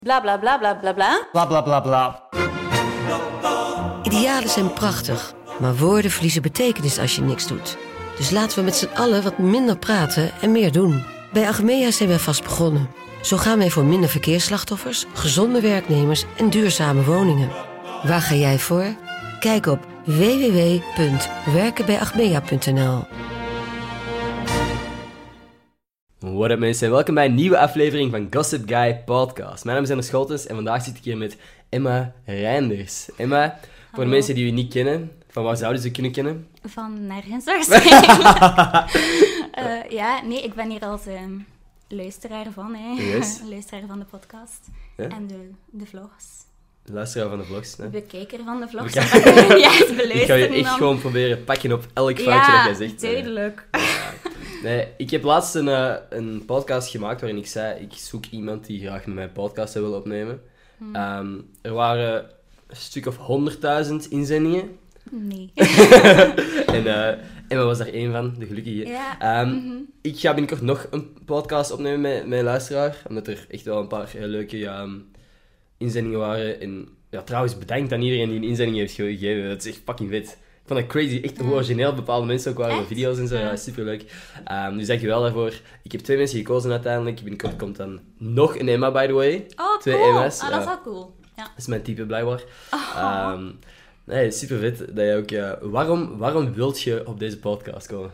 Bla bla bla bla bla bla. Bla bla bla bla. Idealen zijn prachtig, maar woorden verliezen betekenis als je niks doet. Dus laten we met z'n allen wat minder praten en meer doen. Bij Achmea zijn wij vast begonnen. Zo gaan wij voor minder verkeersslachtoffers, gezonde werknemers en duurzame woningen. Waar ga jij voor? Kijk op www.werkenbijachmea.nl. What up mensen, en welkom bij een nieuwe aflevering van Gossip Guy Podcast. Mijn naam is Ender Scholtens en vandaag zit ik hier met Emma Reinders. Emma, voor de mensen die u niet kennen, van waar zouden ze kunnen kennen? Van nergens waarschijnlijk. Ik ben hier als luisteraar van, hè. Yes. Luisteraar van de podcast. Ja? En de vlogs. De luisteraar van de vlogs. De bekijker van de vlogs. Ja, het beluisteren ik ga je echt dan. gewoon proberen pakken op elk foutje dat jij zegt. Duidelijk. Nee, ik heb laatst een podcast gemaakt waarin ik zei, ik zoek iemand die graag met mijn podcast zou willen opnemen. Er waren een stuk of 100.000 inzendingen. Nee. En Emma was daar één van, de gelukkige. Ja. Ik ga binnenkort nog een podcast opnemen met mijn luisteraar, omdat er echt wel een paar heel leuke inzendingen waren. En ja, trouwens, bedankt aan iedereen die een inzending heeft gegeven. Dat is echt fucking vet. Ik vond dat crazy. Echt hoe origineel bepaalde mensen ook waren met video's en zo. Ja, superleuk. Dus dankjewel daarvoor. Ik heb 2 mensen gekozen uiteindelijk. Binnenkort komt dan nog een Emma, by the way. Oh, 2 cool. Emma's. Dat is wel cool. Ja. Dat is mijn type, blijkbaar. Nee, super vet dat je ook... waarom wilt je op deze podcast komen?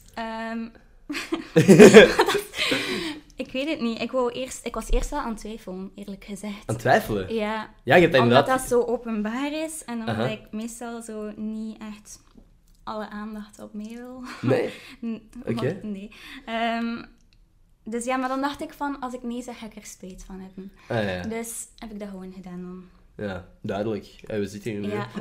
Ik weet het niet. Ik was eerst wel aan het twijfelen, eerlijk gezegd. Aan twijfelen? Ja, Ja, je hebt dat omdat inderdaad... dat zo openbaar is en omdat Aha. ik meestal zo niet echt alle aandacht op mee wil. Nee? Oké. Nee. Dus ja, maar dan dacht ik van, als ik nee zeg, ga ik er spijt van hebben. Ja. Dus heb ik dat gewoon gedaan dan. Ja, duidelijk. Ja, we zitten hier nu. Ja,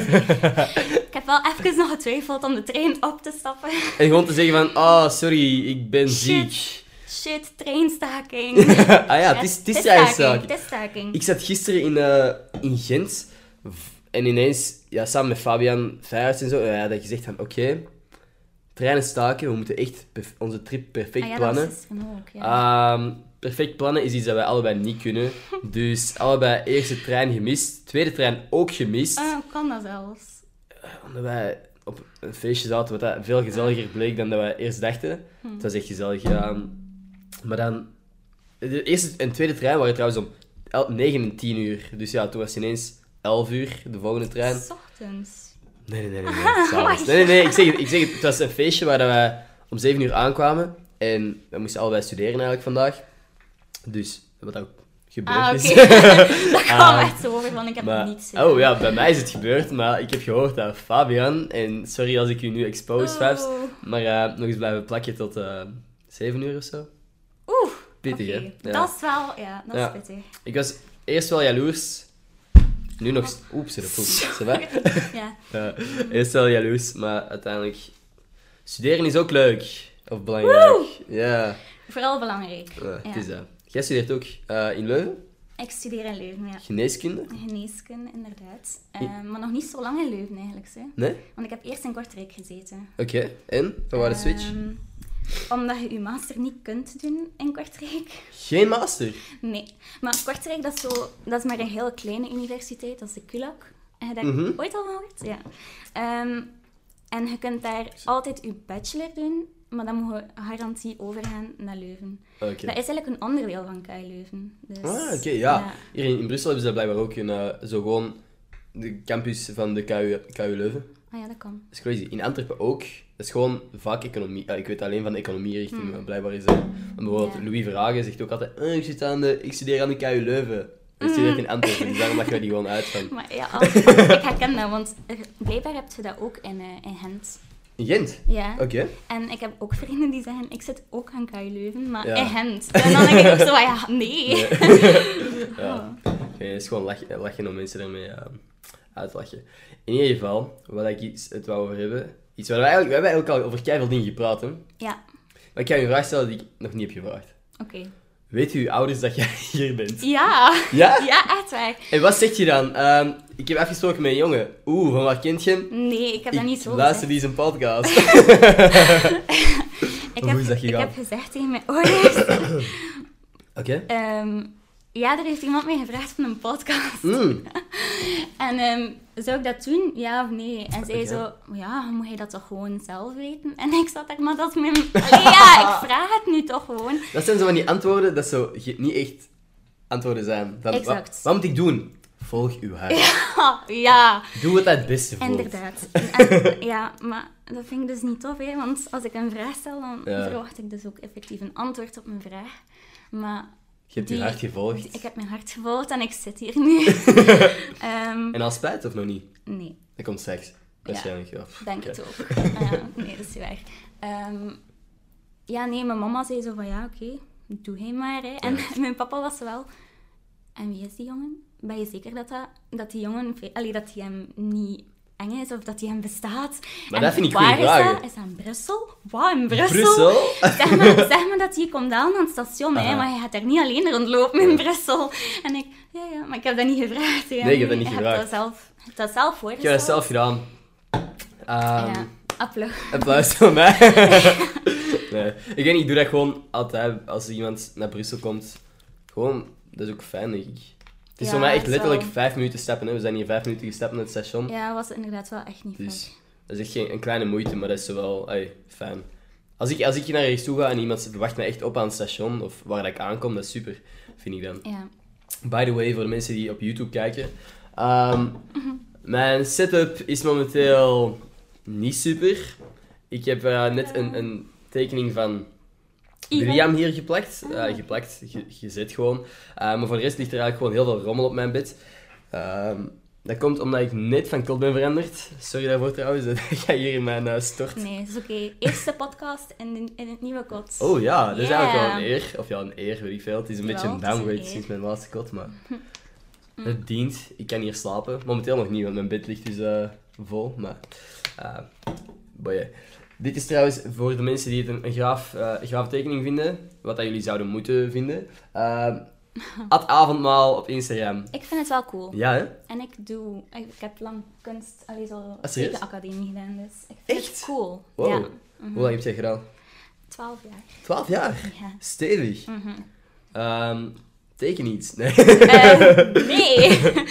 ik heb wel even nog getwijfeld om de trein op te stappen. En gewoon te zeggen van, sorry, ik ben ziek. Shit, treinstaking. Het is treinstaking. Het is staking. Ik zat gisteren in Gent en ineens, samen met Fabian Feierts en zo, had ik gezegd van, oké, treinen staken, we moeten echt onze trip perfect plannen. Dat is genoeg, ja. Perfect plannen is iets dat wij allebei niet kunnen. Dus allebei eerste trein gemist, tweede trein ook gemist. Hoe kan dat zelfs? Omdat wij op een feestje zaten wat dat veel gezelliger bleek dan dat wij eerst dachten. Het was echt gezellig, ja. Maar dan... De eerste en tweede trein waren trouwens om 9 en 10 uur. Dus ja, toen was het ineens 11 uur, de volgende trein. 's ochtends. Nee, s'avonds. Nee, ik zeg het. Het was een feestje waar wij om 7 uur aankwamen. En we moesten allebei studeren eigenlijk vandaag. Dus, wat ook gebeurd is. Dat kwam echt zo over, want ik heb het niet zin. Oh ja, bij mij is het gebeurd, maar ik heb gehoord dat Fabian, en sorry als ik u nu expose, Fabs, maar nog eens blijven plakken tot 7 uur of zo. Oeh, Pittig, oké. hè? Ja. Dat is wel, dat is pittig. Ik was eerst wel jaloers, nu nog... Oeps, de poep. Ça va? Ja. Eerst wel jaloers, maar uiteindelijk... Studeren is ook leuk. Of belangrijk. Ja. Vooral belangrijk. Het is dat. Jij studeert ook in Leuven? Ik studeer in Leuven, ja. Geneeskunde? Geneeskunde, inderdaad. Maar nog niet zo lang in Leuven, eigenlijk. Hè. Nee? Want ik heb eerst in Kortrijk gezeten. Oké. En? Waar was de switch? Omdat je je master niet kunt doen in Kortrijk. Geen master? Nee. Maar Kortrijk, dat is maar een hele kleine universiteit. Dat is de KULAK. Heb je daar ooit al van gehoord? Ja. En je kunt daar altijd je bachelor doen, maar dan moet je garantie overgaan naar Leuven. Oké. Dat is eigenlijk een onderdeel van KU Leuven. Dus, Oké, ja. Hier in Brussel hebben ze blijkbaar ook zo gewoon de campus van de KU Leuven. Ah ja, dat kan. Dat is crazy. In Antwerpen ook. Dat is gewoon vaak economie. Ik weet alleen van de economie-richting, maar blijkbaar is dat... Bijvoorbeeld Louis Verhagen zegt ook altijd, ik studeer aan de KU Leuven. Hij studeert in Antwerpen, dus daarom lag je die gewoon uit van... Maar ja, ik herken dat, want blijkbaar heb je dat ook in Gent. In Gent? Ja. Oké. En ik heb ook vrienden die zeggen, ik zit ook aan KU Leuven, maar Ja. in Gent. En dan denk ik ook zo, nee. Ja. Okay, het is gewoon lachen om mensen daarmee uit te lachen. In ieder geval, wat ik het wou over hebben... We hebben eigenlijk al over keiveel dingen gepraat, hè? Ja, Maar ik ga je een vraag stellen die ik nog niet heb gevraagd. oké. Weet uw ouders dat jij hier bent? Ja. Ja? Ja, echt waar. En wat zeg je dan? Ik heb afgesproken met een jongen. Van waar kent je hem? Nee, ik heb dat niet zo luister gezegd. die zijn podcast. Hoe is dat Ik gegaan? heb gezegd tegen mijn ouders... Oké. Ja, er heeft iemand mij gevraagd van een podcast. En zou ik dat doen? Ja of nee? En zij zo, ja, moet je dat toch gewoon zelf weten? En ik zat daar, maar dat is mijn... Allee, ja, ik vraag het nu toch gewoon. Dat zijn zo van die antwoorden, dat zo niet echt antwoorden zijn. Van, Exact. Wat moet ik doen? Volg uw hart. Ja. Doe wat het beste voelt. Inderdaad. En, ja, maar dat vind ik dus niet tof, hè. Want als ik een vraag stel, dan verwacht ik dus ook effectief een antwoord op mijn vraag. Maar... Je hebt je hart gevolgd. Ik heb mijn hart gevolgd en ik zit hier nu. En al spijt of nog niet? Nee. Dat komt straks. Waarschijnlijk, ja. Denk het ook. Nee, dat is waar. Ja, nee, mijn mama zei zo van, ja, oké, doe hij maar. Hè. En mijn papa was wel... En wie is die jongen? Ben je zeker dat die jongen... Allee, dat hij hem niet eng is of dat hij hem bestaat? Maar en dat vind ik waar goede vragen. Is dat in Brussel? Wat, in Brussel? Brussel? Zeg maar dat hij komt aan het station, hè, maar hij gaat daar niet alleen rondlopen in Brussel. En ik... Ja, maar ik heb dat niet gevraagd. Hè. Nee, ik heb dat niet gevraagd. Ik heb dat zelf voorgesteld. Ik heb dat zelf gedaan. Ja, applaus voor mij. Nee. Ik weet niet, ik doe dat gewoon altijd als iemand naar Brussel komt. Gewoon, dat is ook fijn, denk ik. Het is voor mij echt letterlijk 5 minuten stappen. Hè. We zijn hier 5 minuten gestapt naar het station. Ja, was inderdaad wel echt niet Dus ver. dat is echt een kleine moeite, maar dat is zo wel fijn. Als ik naar ergens toe ga en iemand wacht me echt op aan het station, of waar ik aankom, dat is super, vind ik dan. Ja. By the way, voor de mensen die op YouTube kijken. Mijn setup is momenteel niet super. Ik heb net een tekening van William hier geplakt. Gezet gewoon. Maar voor de rest ligt er eigenlijk gewoon heel veel rommel op mijn bed. Dat komt omdat ik net van kot ben veranderd. Sorry daarvoor trouwens, dat ga hier in mijn stort. Nee, dat is oké. Eerste podcast in het nieuwe kot. Oh ja, dat is eigenlijk wel een eer. Of ja, een eer, weet ik veel. Het is een beetje een het is een downgrade eer. sinds mijn laatste kot, maar... Het dient. Ik kan hier slapen. Momenteel nog niet, want mijn bed ligt dus vol. Maar... boeien. Dit is trouwens voor de mensen die het een graaf tekening vinden. Wat dat jullie zouden moeten vinden. At avondmaal op Instagram. Ik vind het wel cool. Ja, hè? En ik heb lang kunst, serieus? tekenacademie gedaan, dus ik vind Echt? het cool. Wow. Ja. Hoe lang heb jij gedaan? 12 jaar. 12 jaar? Ja. Stevig. Teken iets. Nee. Nee.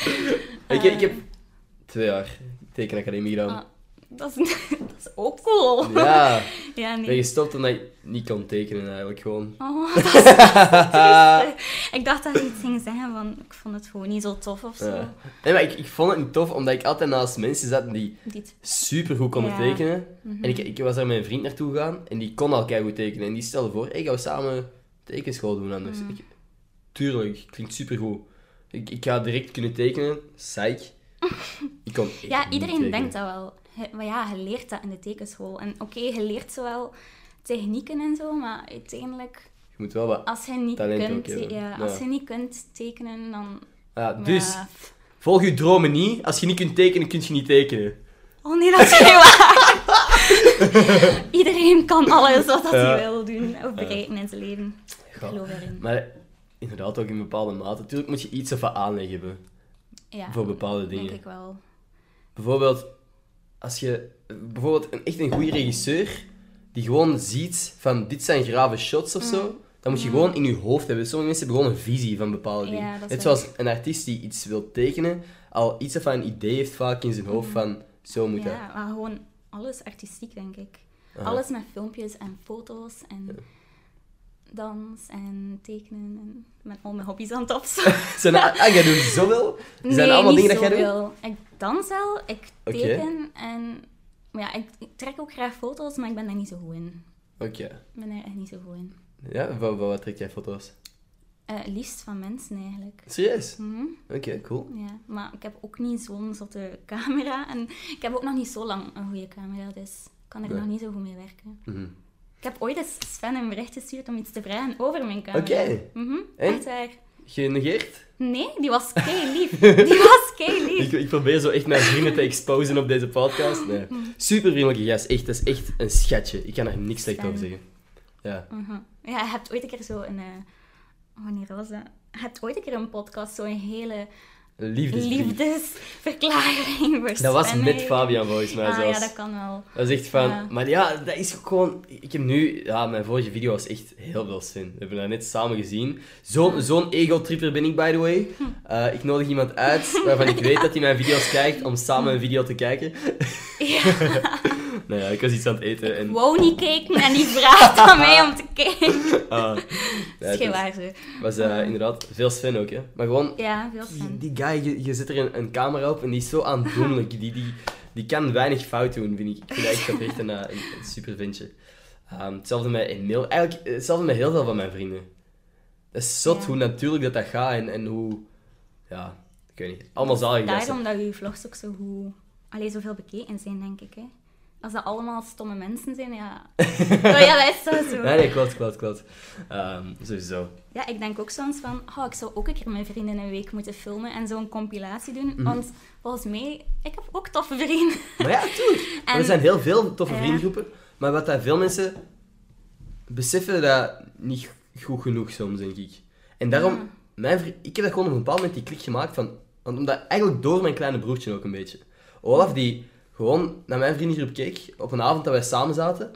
Ik heb 2 jaar tekenacademie gedaan. Dat is ook cool. Ja. Ja, nee. Ik ben gestopt omdat ik niet kon tekenen eigenlijk gewoon. Oh, dat is triest. Ik dacht dat je iets ging zeggen van, ik vond het gewoon niet zo tof of zo. Ja. Nee, maar ik vond het niet tof omdat ik altijd naast mensen zat die super goed konden tekenen. En ik was daar met een vriend naartoe gegaan en die kon al keihard tekenen. En die stelde voor, hey, gaan we samen tekenschool doen anders. Tuurlijk, klinkt super goed. Ik ga direct kunnen tekenen, psych. Ik kon echt Ja, niet iedereen tekenen. denkt dat wel. Maar ja, je leert dat in de tekenschool. En oké, je leert zowel technieken en zo, maar uiteindelijk... Je moet wel wat Als je niet talent kunt, ook hebben. als je niet kunt tekenen, dan... Ja, dus, Ja. volg je dromen niet. Als je niet kunt tekenen, kun je niet tekenen. Oh nee, dat is niet waar. Iedereen kan alles wat hij wil doen of bereiken in zijn leven. Ik geloof erin. Maar inderdaad, ook in bepaalde mate. Natuurlijk moet je iets of wat aanleg hebben Ja, voor bepaalde dingen. denk ik wel. Bijvoorbeeld, als je echt een goede regisseur die gewoon ziet van dit zijn grave shots of zo, dan moet je gewoon in je hoofd hebben. Sommige mensen hebben gewoon een visie van bepaalde dingen. Ja, dat is Net waar. zoals een artiest die iets wil tekenen, al iets of een idee heeft vaak in zijn hoofd van zo moet dat. Ja, maar gewoon alles artistiek, denk ik. Aha. Alles met filmpjes en foto's en dans en tekenen en met al mijn hobby's aan het opzoeken. Jij doet zoveel? Nee, Zijn allemaal niet dingen dat jij doet? zoveel. Ik dans wel, ik teken en... Maar ja, ik trek ook graag foto's, maar ik ben daar niet zo goed in. Oké. Ik ben daar echt niet zo goed in. Ja, wat trek jij foto's? Liefst van mensen, eigenlijk. Serieus? Mhm. Oké, cool. Ja, maar ik heb ook niet zo'n zotte camera. En ik heb ook nog niet zo lang een goede camera, dus kan er nog niet zo goed mee werken. Mhm. Ik heb ooit eens Sven een bericht gestuurd om iets te vragen over mijn camera. Oké. En? Echt waar. Genegeerd? Nee, die was kei-lief. Die was kei-lief. Ik probeer zo echt mijn vrienden te exposen op deze podcast. Nee. Super vriendelijke gast. Echt, dat is echt een schatje. Ik kan er niks slecht over zeggen. Ja. Ja, je hebt ooit een keer zo een... wanneer was dat? Je hebt ooit een keer een podcast, zo'n hele liefdesverklaring voor Dat was Sven, met hè. Fabian volgens mij zelfs. Ja, dat kan wel. Dat is echt van... Ja. Maar ja, dat is gewoon... Ik heb nu... Ja, mijn vorige video was echt heel veel Sven. We hebben dat net samen gezien. Zo'n ego-tripper ben ik, by the way. Ik nodig iemand uit waarvan ik weet dat hij mijn video's kijkt, om samen een video te kijken. Ja. Nou ja, ik was iets aan het eten en... Ik wou niet kijken en die vraagt aan mij om te kijken. Ja, Dat is geen waar, zo. was inderdaad veel Sven ook, hè. Maar gewoon... Ja, veel fun. Die guy, je zet er een camera op en die is zo aandoenlijk. Die kan weinig fout doen, vind ik. Ik vind dat echt een super ventje. Hetzelfde met Emil. Eigenlijk hetzelfde met heel veel van mijn vrienden. Dat is zot hoe natuurlijk dat gaat en hoe... Ja, ik weet niet. Allemaal zalig gasten. Daarom dat uw vlogs ook zo goed... Allee, zoveel bekeken zijn, denk ik, hè. Als dat allemaal stomme mensen zijn, ja... Ja, dat is zo. Nee, klopt. Sowieso. Ja, ik denk ook soms van... Oh, ik zou ook een keer mijn vrienden een week moeten filmen en zo'n compilatie doen. Want volgens mij... Ik heb ook toffe vrienden. Maar ja, tuurlijk. En- Er zijn heel veel toffe vriendengroepen. Maar wat dat veel mensen beseffen dat niet goed genoeg soms, denk ik. En daarom... Ik heb dat gewoon op een bepaald moment die klik gemaakt van... Want omdat eigenlijk door mijn kleine broertje ook een beetje. Olaf, die gewoon naar mijn vriendengroep keek op een avond dat wij samen zaten.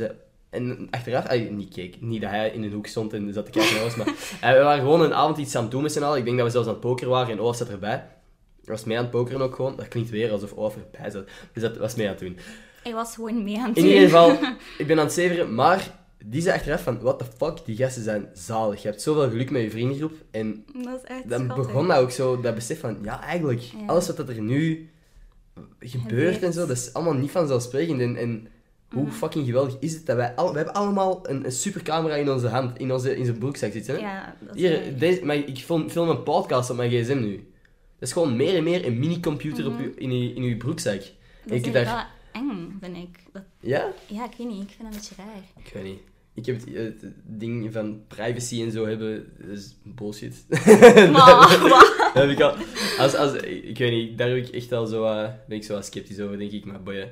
En achteraf, niet keek, niet dat hij in een hoek stond en zat te kijken naar ons, maar we waren gewoon een avond iets aan het doen met z'n allen. Ik denk dat we zelfs aan het pokeren waren en Olaf zat erbij. Hij was mee aan het pokeren ook gewoon. Dat klinkt weer alsof Olaf erbij zat. Dus dat was mee aan het doen. Ik was gewoon mee aan het In doen. ieder geval, ik ben aan het zeveren, maar die zei achteraf van, what the fuck, die gasten zijn zalig. Je hebt zoveel geluk met je vriendengroep. En Dat is echt dan schattig. begon dat ook zo, dat besef van, ja, eigenlijk, Ja. alles wat er nu gebeurt en zo, dat is allemaal niet vanzelfsprekend. En hoe fucking geweldig is het dat we hebben allemaal een supercamera in onze hand, in onze broekzak zitten. Hè? Ja, dat is Hier, maar ik film een podcast op mijn gsm nu. Dat is gewoon meer en meer een mini-computer in uw broekzak. Dat En is je wel eng, vind ik. Ja? Ja, ik weet niet. Ik vind dat een beetje raar. Ik weet niet. Ik heb het ding van privacy en zo hebben, dat is bullshit. Maar, wat? Dat heb ik al, ik weet niet, daar ben ik echt al zo, ben ik zo wat sceptisch over, denk ik, maar boeien.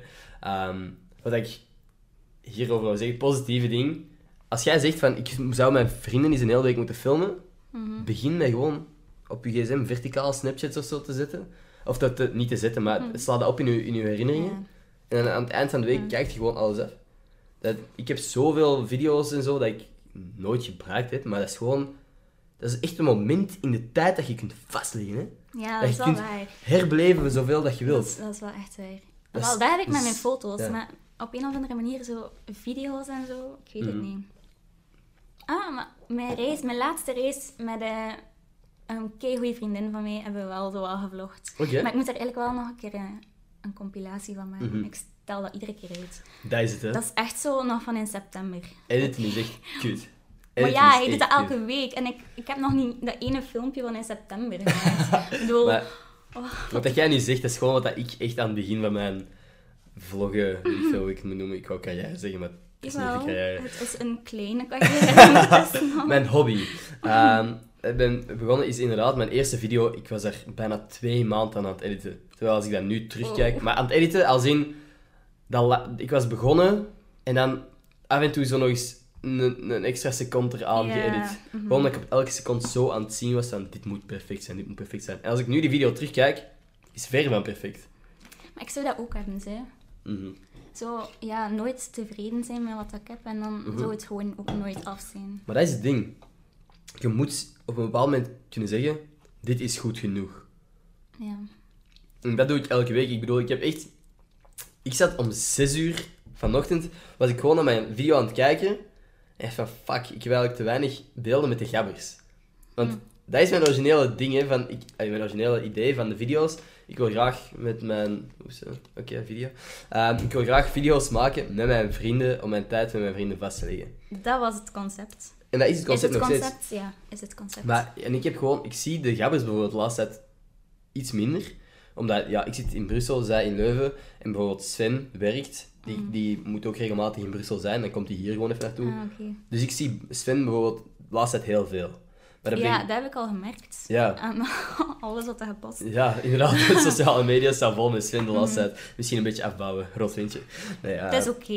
Wat ik hierover wil zeggen, positieve ding. Als jij zegt van, ik zou mijn vrienden eens een hele week moeten filmen, begin met gewoon op je gsm verticaal Snapchats of zo te zetten. Of dat niet te zetten, maar sla dat op in je herinneringen. Ja. En dan aan het eind van de week kijkt je gewoon alles af. Ik heb zoveel video's en zo dat ik nooit gebruikt heb, maar dat is gewoon... Dat is echt een moment in de tijd dat je kunt vastleggen, hè. Ja, dat Dat is je wel kunt waar. herbeleven zoveel dat je wilt. Dat is wel echt waar. Dat is- Wel, dat heb ik dat met is- mijn foto's. ja. Maar op een of andere manier zo video's en zo, ik weet het niet. Maar mijn laatste race met een keigoeie vriendin van mij hebben we wel zo wel gevlogd. Oké. Maar ik moet er eigenlijk wel nog een keer een compilatie van maken. Ik stel dat iedere keer uit. Dat is het, hè. Dat is echt zo nog van in september. Editen is echt kut. Maar Editen ja, is hij doet echt dat elke kut. week. En ik heb nog niet dat ene filmpje van in september gemaakt. Ik bedoel, Maar wat dat jij nu zegt, dat is gewoon wat dat ik echt aan het begin van mijn vloggen, weet ik veel hoe ik het moet noemen. Ik wou carrière zeggen, maar het is niet jawel, een carrière. het is een kleine carrière. ondertussen al. Mijn hobby. Ik ben begonnen is inderdaad mijn eerste video. Ik was er bijna 2 maanden aan het editen. Terwijl als ik dat nu terugkijk... Maar aan het editen, als in... ik was begonnen en dan af en toe zo nog eens een extra seconde eraan Ja, geëdit. Gewoon dat ik op elke seconde zo aan het zien was van dit moet perfect zijn, dit moet perfect zijn. En als ik nu die video terugkijk, is ver van perfect. Maar ik zou dat ook hebben, hè. Zo, ja, nooit tevreden zijn met wat ik heb en dan zou het gewoon ook nooit af zijn. Maar dat is het ding. Je moet op een bepaald moment kunnen zeggen, dit is goed genoeg. Ja. En dat doe ik elke week. Ik bedoel, ik zat om 6 uur vanochtend, was ik gewoon naar mijn video aan het kijken. En van, fuck, ik heb eigenlijk te weinig beelden met de gabbers. Want dat is mijn originele ding, hè, mijn originele idee van de video's. Ik wil graag met mijn... video. Ik wil graag video's maken met mijn vrienden, om mijn tijd met mijn vrienden vast te leggen. Dat was het concept. En dat is het concept is het nog concept? steeds. Ja, is het concept. Maar, en ik zie de gabbers bijvoorbeeld de laatste tijd iets minder. Omdat, ja, ik zit in Brussel, zij in Leuven. En bijvoorbeeld Sven werkt. Die moet ook regelmatig in Brussel zijn. Dan komt hij hier gewoon even naartoe. Oké. Dus ik zie Sven bijvoorbeeld de laatste tijd heel veel. Maar dat Ja, ben- dat heb ik al gemerkt. Ja. Aan alles wat er gepost. Ja, inderdaad. De sociale media staan vol met Sven de laatste tijd. Misschien een beetje afbouwen, rood windje. Nee, Dat is oké.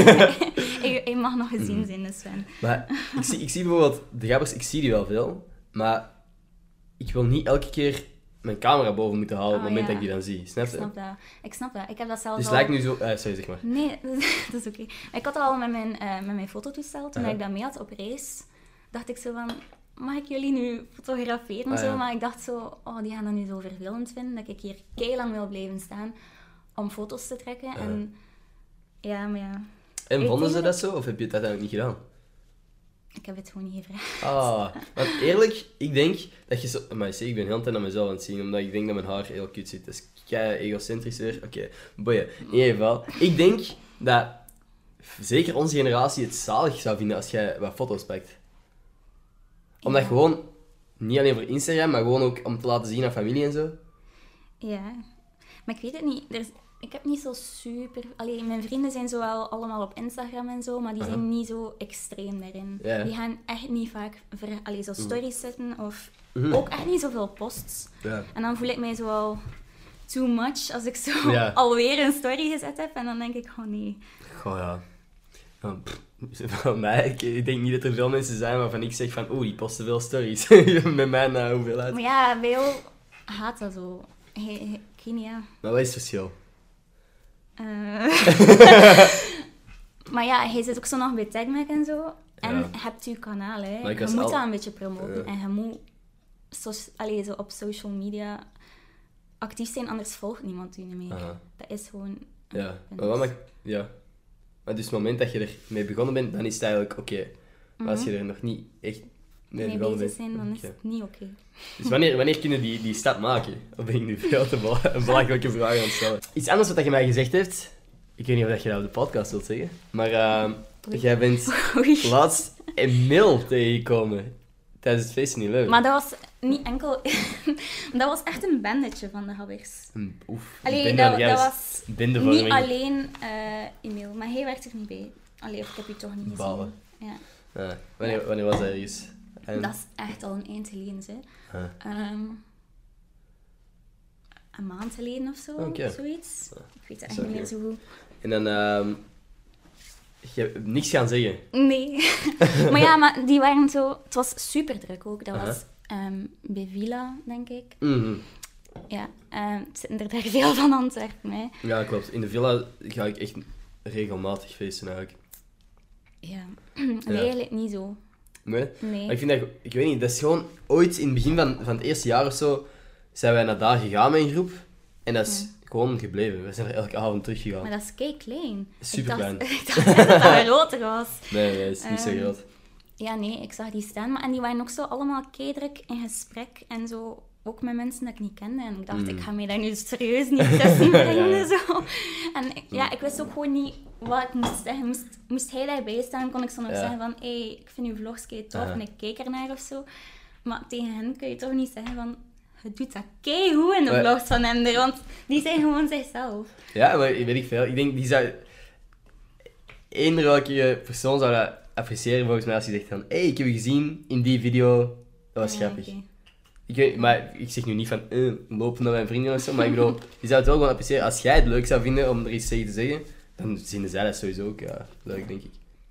Je mag nog gezien zijn, dus Sven. Maar ik zie bijvoorbeeld de gabbers, ik zie die wel veel. Maar ik wil niet elke keer mijn camera boven moeten halen op het moment ja. dat ik die dan zie. Snap je? Ik snap dat. Ik heb dat zelfs Dus al... lijkt nu zo... sorry, zeg maar. Nee, dat is oké. Ik had dat al met mijn fototoestel. Toen ik dat mee had op reis, dacht ik zo van... Mag ik jullie nu fotograferen? Zo? Maar ik dacht zo... Oh, die gaan dat nu zo vervelend vinden. Dat ik hier keilang wil blijven staan om foto's te trekken. En ja, maar ja... En vonden ze dat zo? Of heb je het uiteindelijk niet gedaan? Ik heb het gewoon niet gevraagd. Want eerlijk, ik denk dat je zo... Maar ik ben heel de tijd naar mezelf aan het zien, omdat ik denk dat mijn haar heel cute zit. Dus kei egocentrisch weer. Oké, boeien. In ieder geval. Ik denk dat zeker onze generatie het zalig zou vinden als jij wat foto's pakt. Omdat gewoon, niet alleen voor Instagram, maar gewoon ook om te laten zien aan familie en zo. Ja, maar ik weet het niet. Ik heb niet zo super... Allee, mijn vrienden zijn zo wel allemaal op Instagram en zo, maar die zijn niet zo extreem daarin. Ja. Die gaan echt niet vaak zo stories zetten of ook echt niet zoveel posts. Ja. En dan voel ik mij zo wel too much als ik zo Ja. alweer een story gezet heb en dan denk ik, oh nee. Goh, ja. Van mij, ik denk niet dat er veel mensen zijn waarvan ik zeg van, die posten veel stories. Met mijn hoeveelheid. Maar ja, bij jou haat dat zo. Ik weet niet, ja. Maar wat is het verschil? Maar ja, hij zit ook zo nog bij TagMac en zo. En Ja. hebt je kanaal, hè. Maar ik Je was moet al- dat een beetje promoten. En je moet zo op social media actief zijn, anders volgt niemand je niet meer. Aha. Dat is gewoon... Ja, maar wat maakt... Ja. Maar dus het moment dat je ermee begonnen bent, dan is het eigenlijk oké. Maar als je er nog niet echt mee mee begonnen bezig bent... zijn, dan is oké. het niet oké. Dus wanneer kunnen die stap maken? Of ben ik nu veel te een belangrijke vraag aan het stellen? Iets anders wat je mij gezegd hebt... Ik weet niet of je dat op de podcast wilt zeggen. Maar jij bent Oei. laatst een mail tegengekomen. Tijdens het feest in Leuven. Maar dat was niet enkel... dat was echt een bandetje van de Habbers. Oef. Allee, dat was bendevorming. niet alleen e-mail, maar hij werd er niet bij. Allee, of ik heb je toch niet gezien. Balen. Ja. Ja. Wanneer was dat ergens? En... Dat is echt al een eind geleden, hè. Een maand geleden of zo, Oké. zoiets. Ik weet het echt Zo niet meer goed. zo goed. En dan... je hebt niks gaan zeggen. Nee. Maar ja, maar die waren zo... Het was super druk ook. Dat was bij Villa, denk ik. Mhm. Ja, het zitten er daar veel van Antwerpen, hè. Ja, klopt. In de villa ga ik echt regelmatig feesten eigenlijk. Ja. Nee, eigenlijk niet zo. Nee? Nee. Maar ik vind dat... Ik weet niet, dat is gewoon... Ooit in het begin van het eerste jaar of zo... Zijn wij naar daar gegaan met een groep. En dat is gewoon gebleven. We zijn er elke avond teruggegaan. Maar dat is kei klein. Superklein. Ik dacht echt dat dat groter was. Nee, dat is niet zo groot. Ja, nee, ik zag die staan. En die waren ook zo allemaal keidruk in gesprek. En zo ook met mensen dat ik niet kende. En ik dacht, ik ga mij daar nu serieus niet tussen brengen. Ja. Zo. En ik wist ook gewoon niet wat ik moest zeggen. Moest hij daarbij staan, kon ik zo nog zeggen van... Hey, ik vind uw vlogs kei tof en ik kijk ernaar of zo. Maar tegen hen kun je toch niet zeggen van... Je doet dat keigoed in de vlogs van hem. Want die zijn gewoon zichzelf. Ja, maar weet ik veel. Ik denk, die zou... Eender welke persoon zou dat appreciëren volgens mij als je zegt van... Hey, ik heb je gezien in die video. Dat was grappig. Oké. Ik weet, maar ik zeg nu niet van... lopen naar mijn vrienden of zo. Maar ik bedoel, die zou het wel gewoon appreciëren. Als jij het leuk zou vinden om er iets tegen te zeggen... Dan vinden zij dat sowieso ook leuk, denk ik.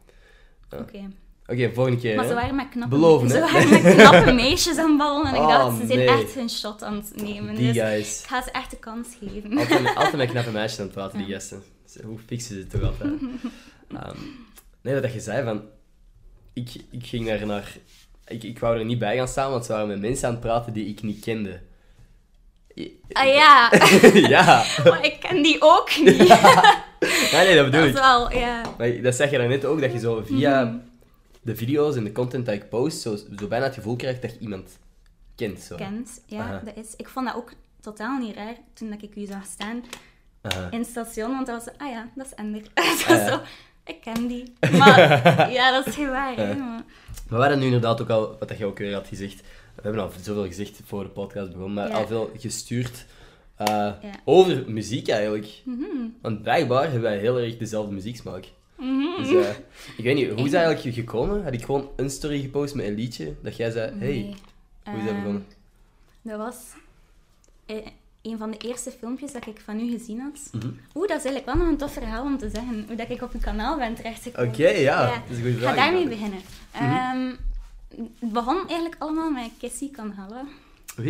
Oké, volgende keer. Maar hè. ze waren met knappe, Beloven, ze hè? waren met knappe meisjes aan ballen. En ik Oh, dacht, ze zijn nee. echt hun shot aan het nemen. Die Dus guys. ik ga ze echt de kans geven. Altijd met knappe meisjes aan het praten, die gasten. Hoe fixen ze het toch altijd? Nee, wat je zei van... Ik ging daar naar... Ik wou er niet bij gaan staan, want ze waren met mensen aan het praten die ik niet kende. Ah ja, Ja. maar ik ken die ook niet. Nee, dat bedoel Dat ik. is wel, ja. Maar dat zeg je daarnet ook, dat je zo via de video's en de content dat ik post, zo bijna het gevoel krijgt dat je iemand kent. Zo. Kent, ja, Aha. dat is. Ik vond dat ook totaal niet raar toen dat ik u zag staan Aha. in het station, want dat was, dat is Ender. Dat ja. zo, ik ken die. Maar ja, dat is geen waar, hè. Maar... Maar we hadden nu inderdaad ook al, wat je ook weer had gezegd, we hebben al zoveel gezegd voor de podcast begon, maar Ja. al veel gestuurd over muziek eigenlijk. Want blijkbaar hebben wij heel erg dezelfde muzieksmaak. Dus ik weet niet, hoe is dat eigenlijk gekomen? Had ik gewoon een story gepost met een liedje, dat jij zei, hey, Nee. hoe is dat begonnen? Dat was een van de eerste filmpjes dat ik van u gezien had. Mhm. Oeh, dat is eigenlijk wel nog een tof verhaal om te zeggen. Hoe dat ik op uw kanaal ben terechtgekomen. Oké, ja, dat is een goede Ik ga vraag. daarmee beginnen. Het begon eigenlijk allemaal met Kissy kan halen. Wie?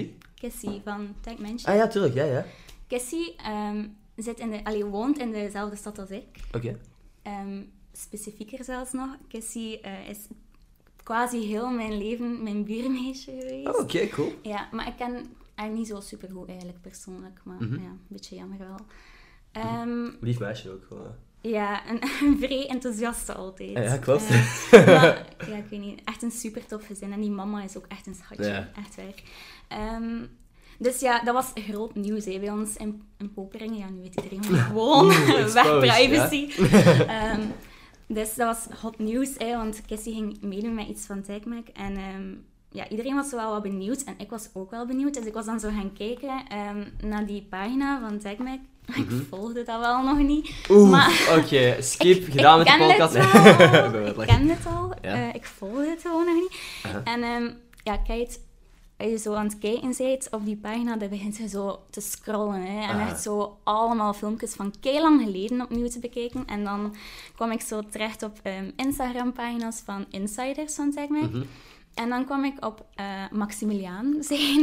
Cassie van Tag Mansion. Ah ja, tuurlijk, ja. Cassie woont in dezelfde stad als ik. Oké. Specifieker zelfs nog. Cassie is quasi heel mijn leven mijn buurmeisje geweest. Oh, oké, cool. Ja, maar ik ken haar niet zo supergoed eigenlijk persoonlijk. Maar ja, een beetje jammer wel. Lief meisje ook gewoon. Ja, een vrij enthousiaste altijd. Ja, klopt. Maar, ja, ik weet niet. Echt een super tof gezin. En die mama is ook echt een schatje. Ja. Echt waar. Dus ja, dat was groot nieuws bij ons in Poperingen. Ja, nu weet iedereen waar ik woon. Weg privacy. Ja? Dus dat was hot nieuws, want Cassie ging meedoen met iets van TagMac. En ja, iedereen was zo wel wat benieuwd. En ik was ook wel benieuwd. Dus ik was dan zo gaan kijken naar die pagina van TagMac. Ik volgde dat wel nog niet. Oké, skip, gedaan met de podcast. Ik ken het al. Ja. Ik volgde het gewoon nog niet. En ja, kijk, als je zo aan het kijken bent op die pagina, dan begint je zo te scrollen. Hè, en echt zo allemaal filmpjes van keilang geleden opnieuw te bekijken. En dan kwam ik zo terecht op Instagram-pagina's van insiders van TagMac. En dan kwam ik op Maximiliaan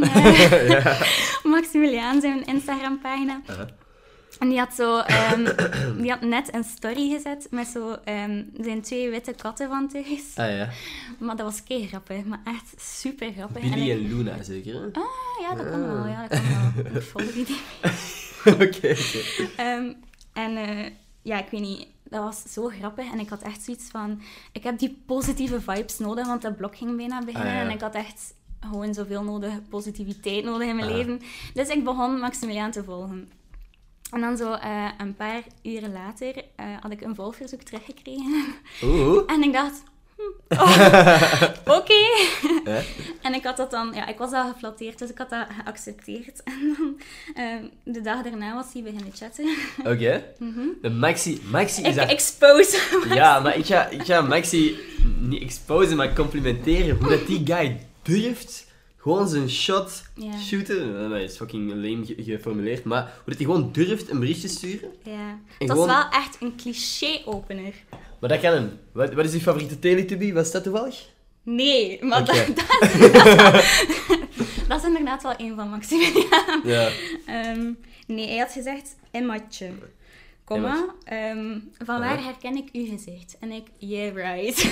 zijn Instagram-pagina. En die had zo... die had net een story gezet met zo zijn 2 witte katten van thuis. Ah ja. Maar dat was kei grappig. Maar echt super grappig. Billy en Luna, zeker? Hè? Ah, ja, dat kan wel. Ja, dat kan wel. Ik volg die niet. Oké. Ja, ik weet niet... Dat was zo grappig. En ik had echt zoiets van... Ik heb die positieve vibes nodig, want dat blog ging bijna beginnen. En ik had echt gewoon zoveel positiviteit nodig in mijn leven. Dus ik begon Maximiliaan te volgen. En dan zo een paar uren later had ik een volgverzoek teruggekregen. En ik dacht... Oké. En ik had dat dan... Ja, ik was al geflatteerd, dus ik had dat geaccepteerd. En dan de dag daarna was hij beginnen chatten. Oké. De Maxi is dat... Expose. Ja, maar ik ga Maxi niet exposen, maar complimenteren. Hoe dat die guy durft... Gewoon zijn shot shooten. Dat is fucking lame geformuleerd. Maar hoe dat hij gewoon durft een berichtje sturen. Ja. Het was wel echt een cliché-opener. Maar dat kan hem. Wat is je favoriete Teletubby? Was dat toevallig? Nee, maar dat is inderdaad wel een van Maximiliaan. Ja. Nee, hij had gezegd, Emmatje. Komma, van waar herken ik uw gezicht? En ik, yeah, right.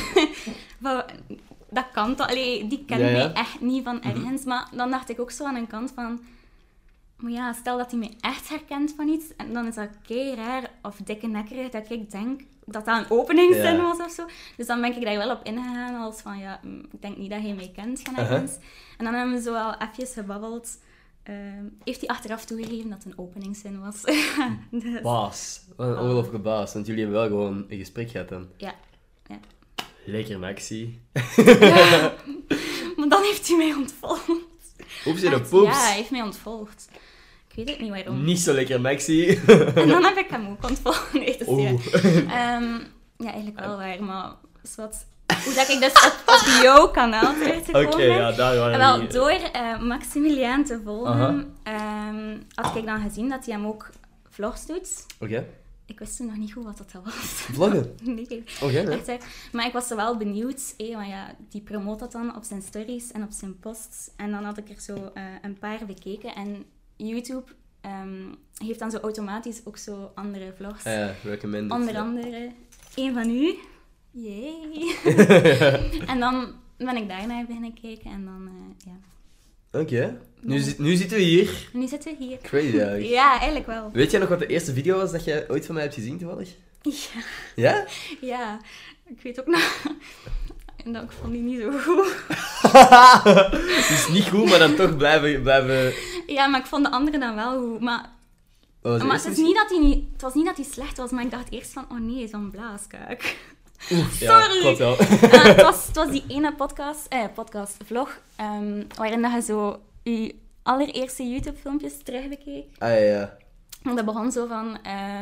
Dat kan toch? Allee, die kent mij echt niet van ergens. Maar dan dacht ik ook zo aan een kant van... Maar ja, stel dat hij mij echt herkent van iets. En dan is dat kei raar of dikke nekkerig dat ik denk dat dat een openingszin was of zo. Dus dan ben ik daar wel op ingegaan als van... Ja, ik denk niet dat hij mij kent van ergens. En dan hebben we zo wel even gebabbeld. Heeft hij achteraf toegegeven dat het een openingszin was. Dus... Baas. Wat een ongelofelijke baas. Want jullie hebben wel gewoon een gesprek gehad dan. Ja. Lekker, Maxi. Ja, maar dan heeft hij mij ontvolgd. Oeps in de poeps. Ja, hij heeft mij ontvolgd. Ik weet het niet waarom. Niet zo lekker, Maxi. En dan heb ik hem ook ontvolgd. Nee, dat is ja, eigenlijk wel waar, maar wat... Hoe dat ik dus op jouw kanaal terechtgekomen Oké, ja, daar waren we wel, niet. Door Maximiliaan te volgen, had ik dan gezien dat hij hem ook vlogs doet. Oké. Ik wist toen nog niet goed wat dat was. Vloggen? Nee. Oké, Echt, hè. Maar ik was er wel benieuwd, want ja, die promoot dat dan op zijn stories en op zijn posts. En dan had ik er zo een paar bekeken. En YouTube heeft dan zo automatisch ook zo andere vlogs. Ja, recommended. Onder andere één van u. Yay! En dan ben ik daarnaar beginnen kijken en dan, ja. Oké. Nu zitten we hier. Nu zitten we hier. Crazy eigenlijk. Ja, eigenlijk wel. Weet jij nog wat de eerste video was dat jij ooit van mij hebt gezien toevallig? Ja. Ja? Ja. Ik weet ook nog... En dat ik vond die niet zo goed. Dus niet goed, maar dan toch blijven... Ja, maar ik vond de andere dan wel goed. Maar het was niet dat hij slecht was, maar ik dacht eerst van... Oh nee, zo'n blaaskaak. Sorry. Ja, klopt wel. Het was die ene vlog, waarin dat je zo je allereerste YouTube-filmpjes terugbekeek. Ah ja. En dat begon zo van...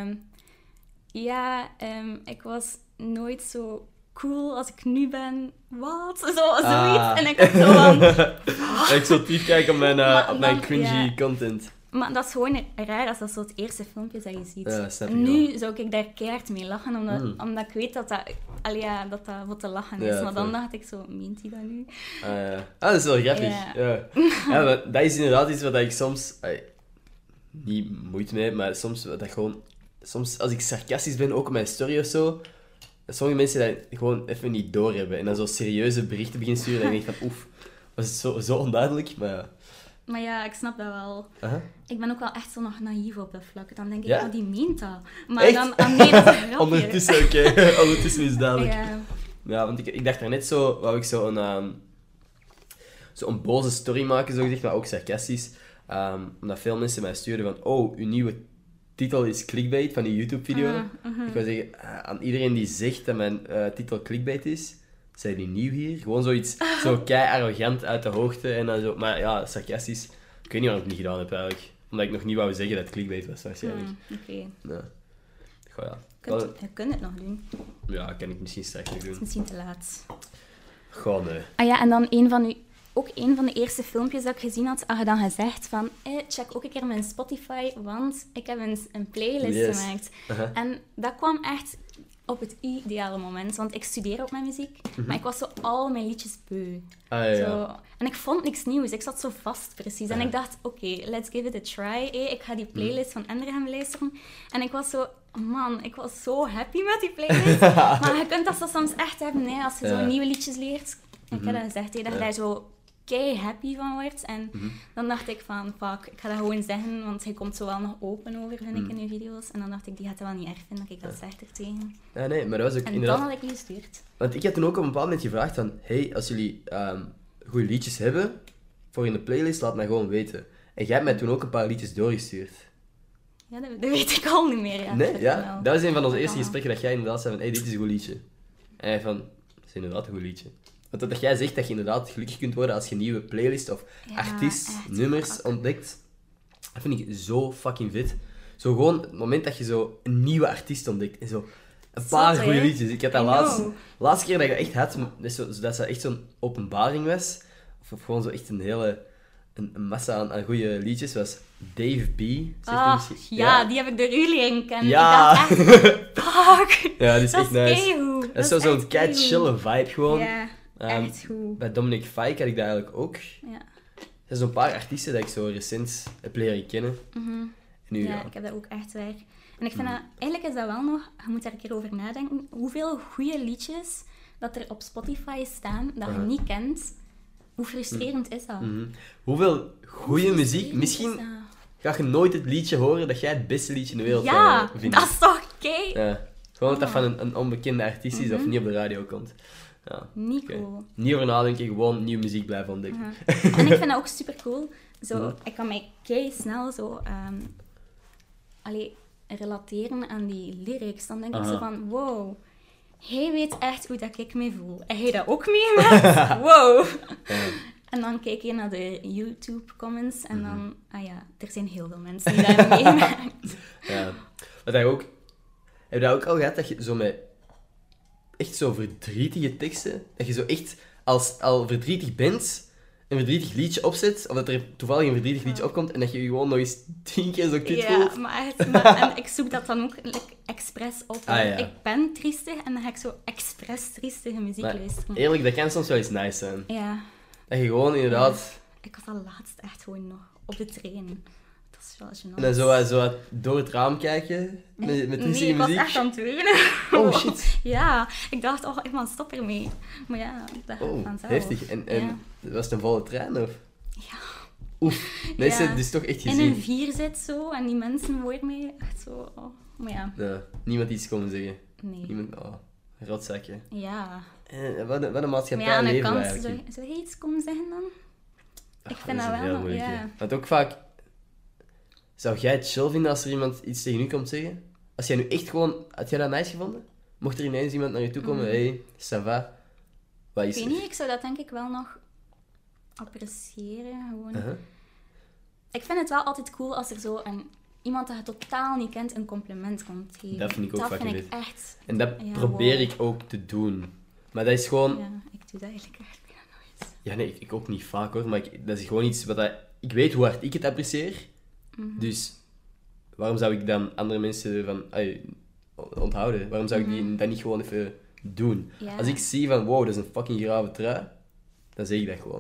ik was nooit zo cool als ik nu ben. Wat? Zoiets. En ik had zo van... Ik zal terugkijken op mijn cringy content. Maar dat is gewoon raar als dat zo het eerste filmpje is dat je ziet. Ja, snap ik Nu zou ik daar keihard mee lachen, omdat ik weet dat dat wat te lachen is. Ja, maar dan fijn. dacht ik zo, meent hij dat nu? Dat is wel grappig. Ja. Ja, maar dat is inderdaad iets wat ik soms... niet moeite mee, maar soms als ik sarcastisch ben, ook op mijn story of zo, dat sommige mensen dat gewoon even niet doorhebben. En dan zo serieuze berichten beginnen sturen, en dan denk ik van, oef, was het zo onduidelijk? Maar ja. Maar ja, ik snap dat wel. Aha. Ik ben ook wel echt zo nog naïef op dat vlak. Dan denk ik, Ja? die meent dat. Maar Echt? dan, nee, dat is een grapje. Ondertussen, oké. Ondertussen is het duidelijk. Ja. Ja, want ik dacht daarnet zo, wou ik zo een boze story maken, zo gezegd, maar ook sarcastisch. Omdat veel mensen mij stuurden van, oh, uw nieuwe titel is clickbait van die YouTube-video. Ik wil zeggen, aan iedereen die zegt dat mijn titel clickbait is, zijn die nieuw hier? Gewoon zoiets, zo kei arrogant uit de hoogte en dan zo. Maar ja, sarcastisch. Ik weet niet waarom ik het niet gedaan heb eigenlijk. Omdat ik nog niet wou zeggen dat het clickbait was, waarschijnlijk. Oké. Ja. Goh, ja. Je kunt het nog doen. Ja, kan ik misschien straks nog Het is doen. misschien te laat. Goh, nee. Ah ja, en dan een van de eerste filmpjes dat ik gezien had, had je dan gezegd van, check ook een keer mijn Spotify, want ik heb een playlist Yes. gemaakt. Uh-huh. En dat kwam echt op het ideale moment, want ik studeer ook met muziek, maar ik was zo al mijn liedjes beu. Ah, ja. Zo. En ik vond niks nieuws, ik zat zo vast precies. En ik dacht, oké, let's give it a try. Ik ga die playlist van Ender beluisteren. En ik was zo, man, ik was zo happy met die playlist. Maar je kunt dat zo soms echt hebben, hè, als je zo nieuwe liedjes leert. Ik heb dat gezegd, hè, dat je daar zo kei happy van wordt. En dan dacht ik van, fuck, ik ga dat gewoon zeggen, want hij komt zo wel nog open over, vind ik, in de video's. En dan dacht ik, die gaat het wel niet erg vinden dat ik dat zeg er tegen. Ja, nee, maar dat was ook En inderdaad... dan had ik die gestuurd. Want ik had toen ook op een bepaald moment gevraagd van... Hey, als jullie goede liedjes hebben voor in de playlist, laat mij gewoon weten. En jij hebt mij toen ook een paar liedjes doorgestuurd. Ja, dat weet ik al niet meer. Ja. Nee? Ja? Dat was een van onze eerste kan gesprekken dat jij inderdaad zei van... Hey, dit is een goed liedje. En hij van... Dat is inderdaad een goed liedje. Want dat jij zegt dat je inderdaad gelukkig kunt worden als je een nieuwe playlist of artiest, echt. nummers ontdekt. Dat vind ik zo fucking vet. Zo gewoon het moment dat je zo een nieuwe artiest ontdekt. En zo een paar Zot, goede hè? liedjes. Ik had dat I know. laatste keer dat ik dat echt had, dat dat echt zo'n openbaring was. Of gewoon zo echt een massa aan goede liedjes, was Dave B. Zegt hij misschien? Ja, die heb ik door u leren kennen. Ja. Ik dacht echt, fuck. Ja, die is Dat echt is nice. keigoed. Dat is Dat is zo'n echt kei keigoed. chille vibe gewoon. Ja, echt goed. Bij Dominic Fike had ik dat eigenlijk ook. Ja. Er zijn zo'n paar artiesten dat ik zo recent heb leren kennen. En nu, Ja, ja. ik heb dat ook echt waar. En ik vind dat, eigenlijk is dat wel nog, je moet daar een keer over nadenken, hoeveel goede liedjes dat er op Spotify staan, dat je niet kent. Hoe frustrerend is dat? Hoeveel goede muziek. Frustrerend is Misschien dat? ga je nooit het liedje horen dat jij het beste liedje in de wereld Ja, vindt. dat is toch kei? Ja. Gewoon dat dat van een onbekende artiest is of niet op de radio komt. Ja. Niet Oké. cool. Niet over nadenken, gewoon nieuwe muziek blijven ontdekken. En ik vind dat ook super cool. Zo, ik kan mij kei snel zo relateren aan die lyrics. Dan denk ik zo van, wow, hij weet echt hoe dat ik me voel. En hij dat ook meemaakt? Wow. En dan kijk je naar de YouTube-comments en dan, er zijn heel veel mensen die dat hebben meemaakt. Ja. Wat hij ook... Heb je dat ook al gehad, dat je zo met echt zo verdrietige teksten, dat je zo echt al verdrietig bent, een verdrietig liedje opzet, of dat er toevallig een verdrietig liedje opkomt, en dat je je gewoon nog eens 10 keer zo kut Ja, voelt? maar echt. En ik zoek dat dan ook expres op. Ah, ja. Ik ben triestig en dan ga ik zo expres triestige muziek Maar luisteren. eerlijk, dat kan soms wel eens nice zijn. Ja, Dat je gewoon inderdaad... ik had dat laatst echt gewoon nog op de trein. Dat is wel gênant. En dan zo door het raam kijken, met Nee, triestige ik was muziek. echt aan het wenen. Oh, shit. Ja, ik dacht, oh, ik man, stop ermee. Maar ja, dat gaat Oh, vanzelf. heftig. En Ja. was het een volle trein, of? Ja. Oef. Nee, Ja. dus toch echt In gezien. een 4 zit zo, en die mensen voor mij, echt zo... Oh. Maar ja, Ja, niemand iets komen zeggen. nee. Niemand... Oh, rotzakje. Ja. Wat een Maar maatschappij ja, aan de leven we kant, eigenlijk. zou je iets komen zeggen dan? Ik vind is dat een heel wel, moeilijke. ja. Want ook vaak... Zou jij het chill vinden als er iemand iets tegen u komt zeggen? Als jij nu echt gewoon... Had jij dat nice gevonden? Mocht er ineens iemand naar je toe komen, hey, ça va? Wat Ik is weet er? niet, ik zou dat denk ik wel nog appreciëren, gewoon. Uh-huh. Ik vind het wel altijd cool als er zo iemand dat je totaal niet kent een compliment komt geven. Dat vind ik ook Dat fucking vind ik vet. echt... En dat Ja, probeer wow. ik ook te doen. Maar dat is gewoon... Ja, ik doe dat eigenlijk echt bijna nooit. Ja, nee, ik ook niet vaak hoor. Maar dat is gewoon iets wat... Ik weet hoe hard ik het apprecieer. Dus waarom zou ik dan andere mensen ervan onthouden? Waarom zou ik die dat niet gewoon even doen? Ja. Als ik zie van, wow, dat is een fucking grave trui, dan zeg ik dat gewoon.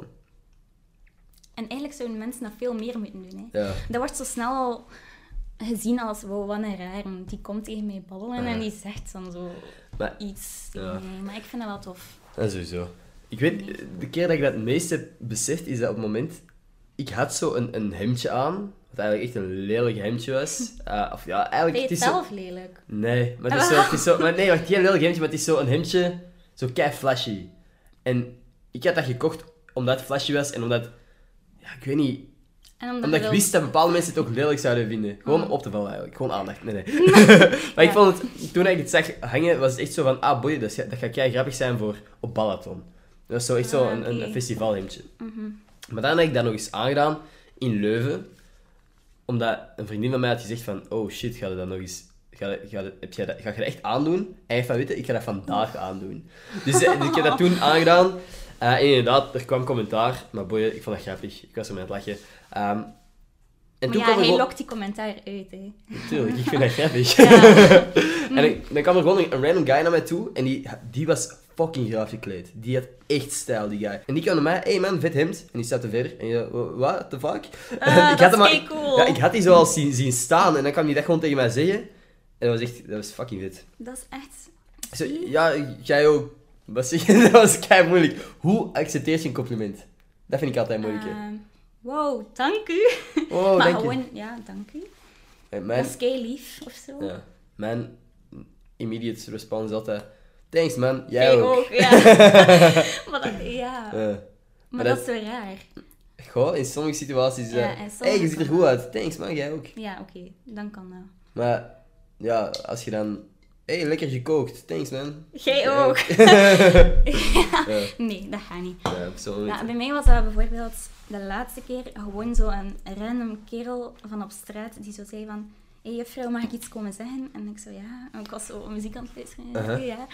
En eigenlijk zouden mensen dat veel meer moeten doen. Hè. Ja. Dat wordt zo snel al gezien als, wow, wat een raar. Die komt tegen mij babbelen en die zegt dan zo iets tegen mij. Maar ik vind dat wel tof. Ja, sowieso. Ik weet, de keer dat ik dat het meest heb beseft, is dat op het moment... Ik had zo een hemdje aan, wat eigenlijk echt een lelijk hemdje was. Of ja, eigenlijk... Vind je het zelf lelijk? Nee, maar het is zo... Maar nee, wacht, geen lelijk hemdje, maar het is zo een hemdje, zo kei flashy. En ik had dat gekocht omdat het flashy was en omdat... Ja, ik weet niet... En Omdat ik wist dat bepaalde mensen het ook lelijk zouden vinden. Gewoon op te vallen eigenlijk. Gewoon aandacht. Nee. Maar ik vond het... Toen ik het zag hangen, was het echt zo van... boeien, dat gaat kei grappig zijn voor op Balaton. Dat was zo echt zo een festivalhemdje. Maar dan heb ik dat nog eens aangedaan in Leuven. Omdat een vriendin van mij had gezegd van... Oh shit, ga je dat nog eens... Ga je dat echt aandoen? En hij van, weet je, ik ga dat vandaag aandoen. Dus ik heb dat toen aangedaan. En inderdaad, er kwam commentaar. Maar boeien, ik vond dat grappig. Ik was ermee aan het lachen. En maar ja, hij lokt die commentaar uit, hè. Natuurlijk, ik vind dat grappig. Ja. En dan kwam er gewoon een random guy naar mij toe. En die was fucking graaf gekleed. Die had echt stijl, die guy. En die kwam naar mij, hey man, vet hemd. En die staat te ver. En je, what the fuck? Dat is cool. Ja, ik had die zo al zien staan. En dan kwam die dat gewoon tegen mij zeggen. En dat was fucking vet. Dat is echt... Zo, ja, jij ook. Wat zeg je? Dat was kei moeilijk. Hoe accepteer je een compliment? Dat vind ik altijd moeilijk. Wow, dank u. Oh, maar dank gewoon, je. ja, dank u. En Dat is kei lief, of zo. Ja, mijn immediate response is altijd... Thanks man, jij ook. Ja. Maar dat is zo raar. Goh, in sommige situaties... Ja, hey, je ziet er goed uit. Thanks man, jij ook. Ja, oké. Dan kan dat. Maar ja, als je dan... Hey, lekker gekookt. Thanks man. Jij ook. Nee, dat gaat niet. Ja, bij mij was dat bijvoorbeeld de laatste keer gewoon zo'n random kerel van op straat die zo zei van... Hey juffrouw, mag ik iets komen zeggen? En ik zo, ja. En ik was zo muziek aan het luisteren. Ja.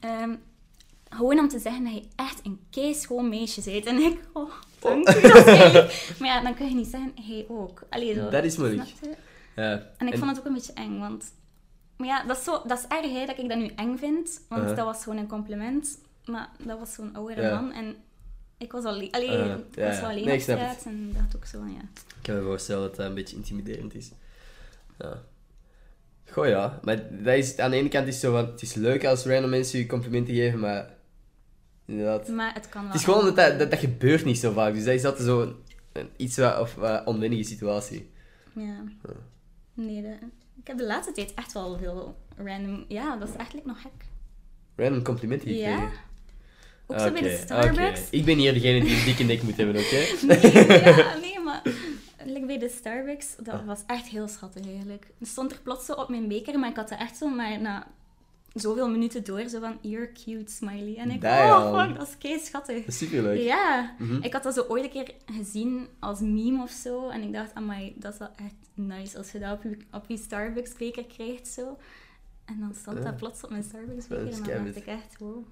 Gewoon om te zeggen dat je echt een keischoon meisje bent. En ik, dank u, dat is lief. Maar ja, dan kun je niet zeggen, hij ook. Allee, zo, dat is moeilijk. Ja. En ik vond het ook een beetje eng, want... Maar ja, dat is erg hè, dat ik dat nu eng vind. Want dat was gewoon een compliment. Maar dat was zo'n oudere man. En ik was alleen, op straat. En dat ook zo, ja. Ik kan me voorstellen dat dat een beetje intimiderend is. Ja. Goh ja, maar dat is, aan de ene kant is het zo van... Het is leuk als random mensen je complimenten geven, maar... Inderdaad. Maar het kan wel. Het is gewoon dat gebeurt niet zo vaak. Dus dat is altijd zo iets wat onwennige situatie. Ja. Nee, ik heb de laatste tijd echt wel veel random... Ja, dat is eigenlijk nog gek. Random complimenten gekregen? Ja. Ook zo bij de Starbucks. Ik ben hier degene die een dikke nek moet hebben, oké? Nee, maar... Bij de Starbucks, dat was echt heel schattig eigenlijk. Het stond er plots zo op mijn beker, maar ik had dat echt zo maar na zoveel minuten door, zo van, you're cute, smiley. En ik, fuck, dat is kei schattig. Dat is superleuk. Ja, ik had dat zo ooit een keer gezien als meme of zo. En ik dacht, amai, dat is wel echt nice als je dat op je Starbucks beker krijgt, zo. En dan stond dat plots op mijn Starbucks beker en dan dacht ik echt, wow.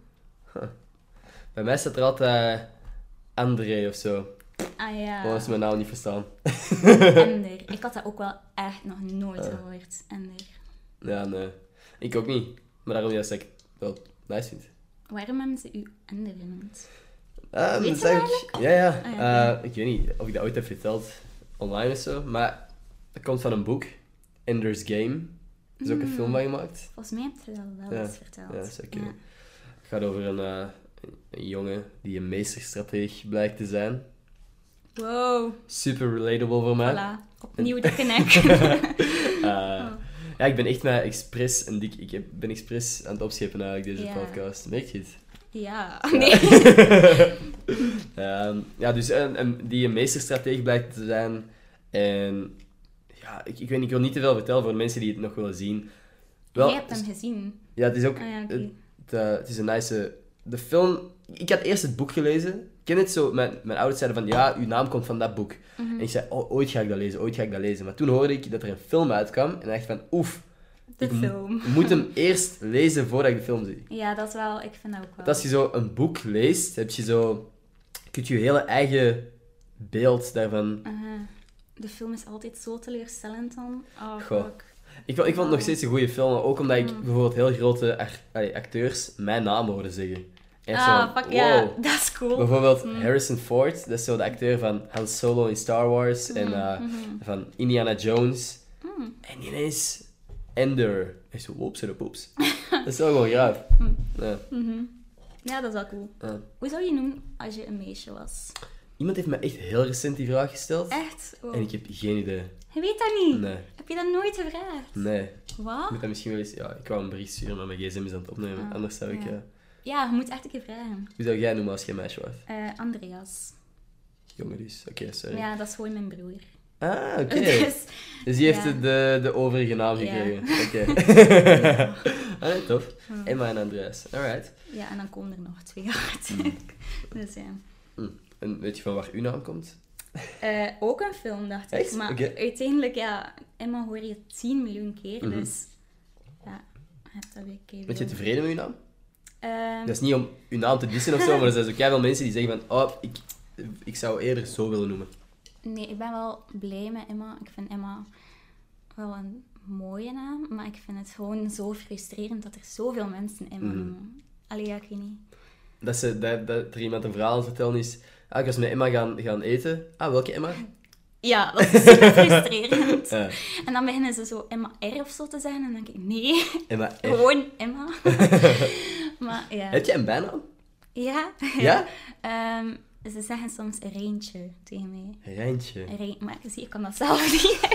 Bij mij staat er altijd André of zo. Ah ja. Gewoon als ze mijn naam niet verstaan. Ender. Ik had dat ook wel echt nog nooit gehoord. Ender. Ja, nee. Ik ook niet. Maar daarom juist dat ik het wel nice vind. Waarom hebben ze u Ender genoemd? Weet je eigenlijk? Ja. Ik weet niet of ik dat ooit heb verteld online of zo. Maar dat komt van een boek. Ender's Game. Er is ook een film van gemaakt. Volgens mij heb je dat wel eens verteld. Ja, zeker. Ja. Het gaat over een jongen die een meesterstrateeg blijkt te zijn. Wow. Super relatable voor mij. Voilà, opnieuw de connect. Ja, ik ben echt met expres ik ben expres aan het opschepen eigenlijk, deze podcast. Merk je het? Ja, nee. Dus die een meesterstrateeg blijkt te zijn. En ja, ik weet niet, ik wil niet te veel vertellen voor de mensen die het nog willen zien. Jij hebt hem gezien. Ja, het is ook... Okay. Het is een nice... De film... Ik had eerst het boek gelezen. Ik ken het zo... Mijn ouders zeiden van... Ja, uw naam komt van dat boek. En ik zei... Oh, ooit ga ik dat lezen. Maar toen hoorde ik dat er een film uitkwam. En dacht van... Oef. Ik moet hem eerst lezen voordat ik de film zie. Ja, dat is wel... Ik vind dat ook wel... Want als je zo een boek leest... Heb je zo... Kun je hele eigen beeld daarvan de film is altijd zo teleurstellend dan. Oh, Goh. fuck. Ik vond het nog steeds een goede film, ook omdat ik bijvoorbeeld heel grote acteurs mijn naam hoorde zeggen. En Fuck, wow. ja, dat is cool. Bijvoorbeeld Harrison Ford, dat is zo de acteur van Han Solo in Star Wars en van Indiana Jones. En ineens Ender. En zo, oeps en oeps. Dat is wel gewoon graaf. Ja. Ja, dat is wel cool. Ja. Hoe zou je noemen als je een meisje was? Iemand heeft me echt heel recent die vraag gesteld. Echt? Oh. En ik heb geen idee. Je weet dat niet? Nee. Heb je dat nooit gevraagd? Nee. Wat? Ik moet dat misschien wel eens... Ja, ik wou een bericht sturen, maar mijn gsm is aan het opnemen. Anders zou ik... ja. Ja, je moet echt een keer vragen. Hoe zou jij noemen als je een meisje was? Andreas. Jongen dus. Oké, sorry. Ja, dat is gewoon mijn broer. Ah, oké. Dus die heeft ja. de overige naam Ja. gekregen. Oké. Allee, tof. Emma en Andreas. Alright. Ja, en dan komen er nog 2 jaar. Dus ja. En weet je van waar uw naam komt? Ook een film, dacht ik. Echt? Maar Oké. uiteindelijk, ja, Emma hoor je 10 miljoen keer. Dus ja, heb dat weer keer. Ben je tevreden met uw naam? Ehm, Dat is niet om uw naam te dissen of zo, maar er zijn zo keiveel mensen die zeggen van ik zou eerder zo willen noemen. Nee, ik ben wel blij met Emma. Ik vind Emma wel een mooie naam, maar ik vind het gewoon zo frustrerend dat er zoveel mensen Emma noemen. Allee, ja, ik weet niet. Dat er iemand een verhaal aan het vertellen is. Ik was met Emma gaan eten. Welke Emma? Ja, dat is super frustrerend. Ja. En dan beginnen ze zo Emma R of zo te zeggen en dan denk ik, nee, Emma R. gewoon Emma. Maar ja. Heb je een bijnaam? Ja? Ja? Ze zeggen soms een Reintje tegen mij. Rijntje. Maar ik kan dat zelf niet.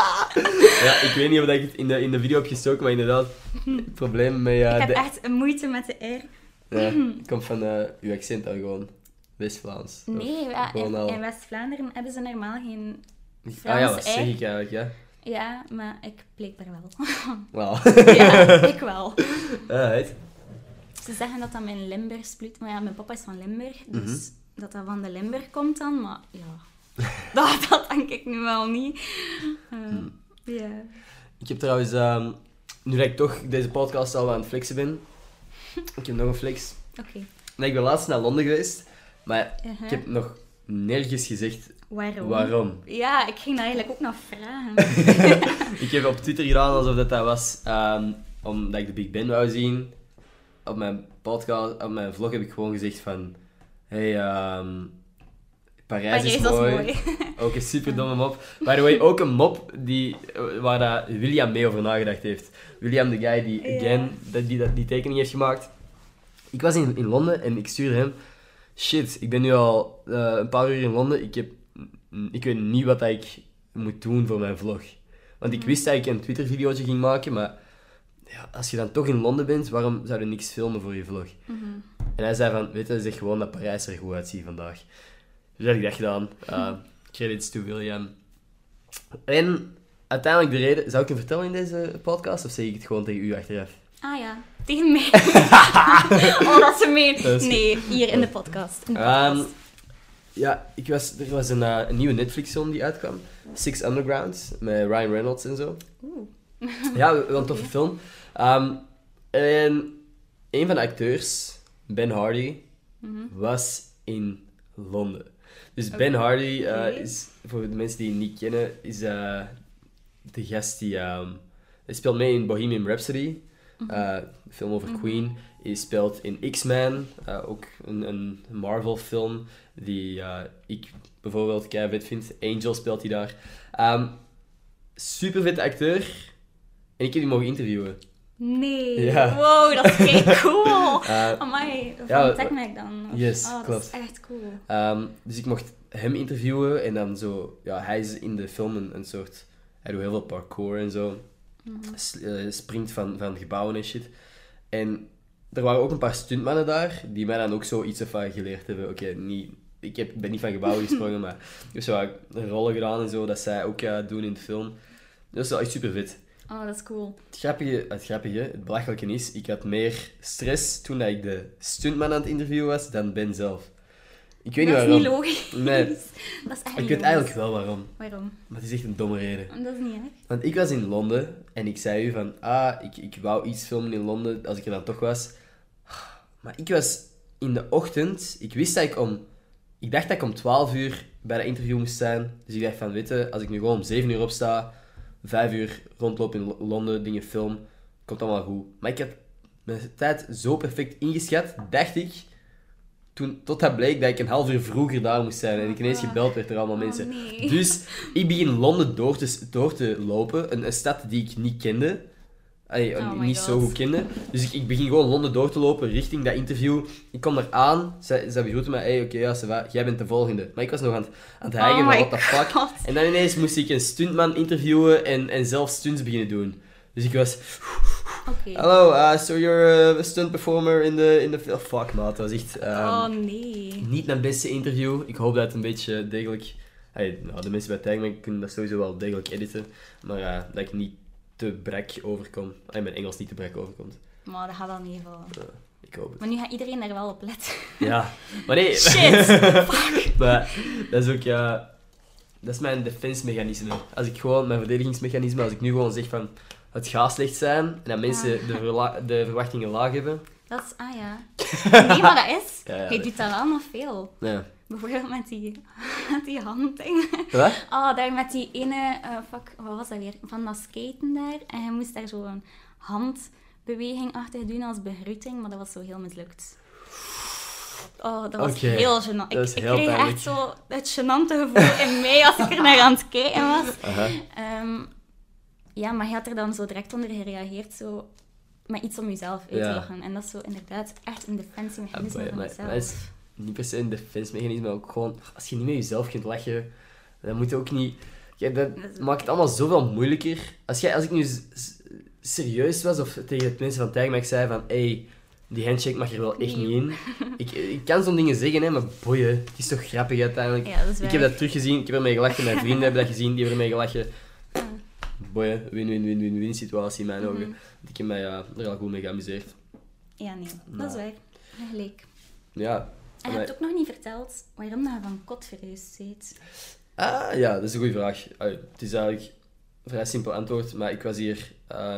Ja, ik weet niet of ik het in de video heb gestoken, maar inderdaad, het probleem met... Ik heb echt een moeite met de R. Ja, het komt van uw accent dan gewoon. West-Vlaams. Nee, Of ja, gewoon al- in West-Vlaanderen hebben ze normaal geen ja, Frans wat zeg ik eigenlijk, ja. Ja, maar ik blijkbaar wel. Wauw. Ja, ik wel. Right. Ze zeggen dat dat mijn Limburgs bloed... Maar ja, mijn papa is van Limburg, dus dat dat van de Limburg komt dan. Maar ja, dat denk ik nu wel niet. Ja. Ik heb trouwens, nu dat ik toch deze podcast al aan het flexen ben, ik heb nog een flex. Oké. Nee, ik ben laatst naar Londen geweest, maar Uh-huh. ik heb nog nergens gezegd Waarom? waarom. Ja, ik ging daar eigenlijk ook nog vragen. Ik heb op Twitter gedaan alsof dat was omdat ik de Big Ben wou zien. Op mijn podcast, op mijn vlog heb ik gewoon gezegd van... Hey, Parijs is mooi. Ook een super domme mop. By the way, ook een mop waar dat William mee over nagedacht heeft. William, de guy die, again, die tekening heeft gemaakt. Ik was in Londen en ik stuurde hem... Shit, ik ben nu al een paar uur in Londen. Ik weet niet wat ik moet doen voor mijn vlog. Want ik wist dat ik een Twitter-videootje ging maken, maar... Ja, als je dan toch in Londen bent, waarom zou je niks filmen voor je vlog? En hij zei van, weet je, zeg gewoon dat Parijs er goed uitziet vandaag. Dus dat heb ik dat gedaan. Credits to William. En uiteindelijk de reden... Zou ik hem vertellen in deze podcast, of zeg ik het gewoon tegen u achteraf? Ah ja, tegen mij. Oh, dat ze meen. Dat is Nee, hier in de podcast. Ja, er was een nieuwe Netflix-film die uitkwam. Six Underground, met Ryan Reynolds en zo. Ja, wel een toffe film. En een van de acteurs, Ben Hardy, was in Londen. Dus Ben Hardy is, voor de mensen die hem niet kennen, is de gast die... hij speelt mee in Bohemian Rhapsody, een film over Queen. Hij speelt in X-Men, ook een Marvel-film die ik bijvoorbeeld keivet vind. Angel speelt hij daar. Super vette acteur. En ik heb die mogen interviewen. Nee. Ja. Wow, dat is kei cool. Amai, van ja, TechMac dan? Of- yes, dat klopt. is echt cool. Dus ik mocht hem interviewen en dan zo... Ja, hij is in de film een soort... Hij doet heel veel parkour en zo. Springt van gebouwen en shit. En er waren ook een paar stuntmannen daar, die mij dan ook zo iets van geleerd hebben. Oké, ben niet van gebouwen gesprongen, maar ik heb zo wat rollen gedaan en zo, dat zij ook doen in de film. Dat is wel echt super vet. Oh, dat is cool. Het belachelijke is, ik had meer stress toen ik de stuntman aan het interviewen was, dan Ben zelf. Ik weet niet Dat is waarom. niet logisch. Nee. Dat is echt Ik niet weet eigenlijk logisch. wel waarom, Waarom? maar het is echt een domme reden. Dat is niet erg. Want ik was in Londen en ik zei u van, ik wou iets filmen in Londen als ik er dan toch was. Maar ik was in de ochtend, ik wist dat ik om ik dacht dat ik om 12 uur bij dat interview moest zijn. Dus ik dacht van, weet je, als ik nu gewoon om 7 uur opsta, 5 uur rondloop in Londen, dingen film, komt allemaal goed. Maar ik had mijn tijd zo perfect ingeschat, dacht ik, tot dat bleek dat ik een half uur vroeger daar moest zijn. En ik ineens gebeld werd door allemaal mensen. Nee. Dus ik begin Londen door te lopen. Een stad die ik niet kende. Niet zo goed kende. Dus ik begin gewoon Londen door te lopen richting dat interview. Ik kom daar aan. Ze begroeten me. Hey, oké, jij bent de volgende. Maar ik was nog aan het hijgen van what the fuck. God. En dan ineens moest ik een stuntman interviewen en zelf stunts beginnen doen. Dus ik was... Oké. Hallo, so you're a stunt performer in the film. Fuck, maat. Dat was echt... nee. Niet mijn beste interview. Ik hoop dat het een beetje degelijk... de mensen bij Tagman kunnen dat sowieso wel degelijk editen. Maar dat ik niet te brak overkom. Mijn Engels niet te brak overkomt. Maar dat gaat wel niet vallen. Ik hoop het. Maar nu gaat iedereen daar wel op letten. Ja. Maar nee... Shit! Fuck! Maar dat is ook... dat is mijn defense-mechanisme. Als ik gewoon... Mijn verdedigingsmechanisme. Als ik nu gewoon zeg van... Het gaat slecht zijn. En dat mensen de verwachtingen laag hebben. Dat is... Ah ja. Nee, maar dat is... Ja, Je doet dat wel nog veel. Ja. Bijvoorbeeld met die handding. Wat? Daar met die ene... fuck, wat was dat weer? Van dat skaten daar. En je moest daar zo'n handbeweging achter doen als begroeting. Maar dat was zo heel mislukt. Dat was heel gênant. Dat is ik heel kreeg pijnlijk. echt zo het gênante gevoel in mij als ik er naar aan het kijken was. Aha. Ja, maar je had er dan zo direct onder gereageerd, zo met iets om jezelf uit te lachen. En dat is zo inderdaad echt een defensiemechanisme van Maar jezelf. dat is niet per se een defense-mechanisme, maar ook gewoon... Als je niet met jezelf kunt lachen, dan moet je ook niet... Ja, dat maakt het allemaal zoveel moeilijker. Als ik nu serieus was, of tegen het mensen van Tijgmaak zei van... Hey, die handshake mag er wel echt niet in. Ik kan zo'n dingen zeggen, hè, maar boeien, het is toch grappig uiteindelijk. Ja, dat is Ik heb dat teruggezien, ik heb ermee gelachen, mijn vrienden hebben dat gezien, die hebben ermee gelachen. Boeien, win-win situatie in mijn ogen. Ik heb mij er al goed mee geamuseerd. Ja, nee, dat is waar. Gelijk. Ja. En je hebt ook nog niet verteld waarom je van kot verhuisd bent. Ja, dat is een goede vraag. Het is eigenlijk een vrij simpel antwoord, maar ik was hier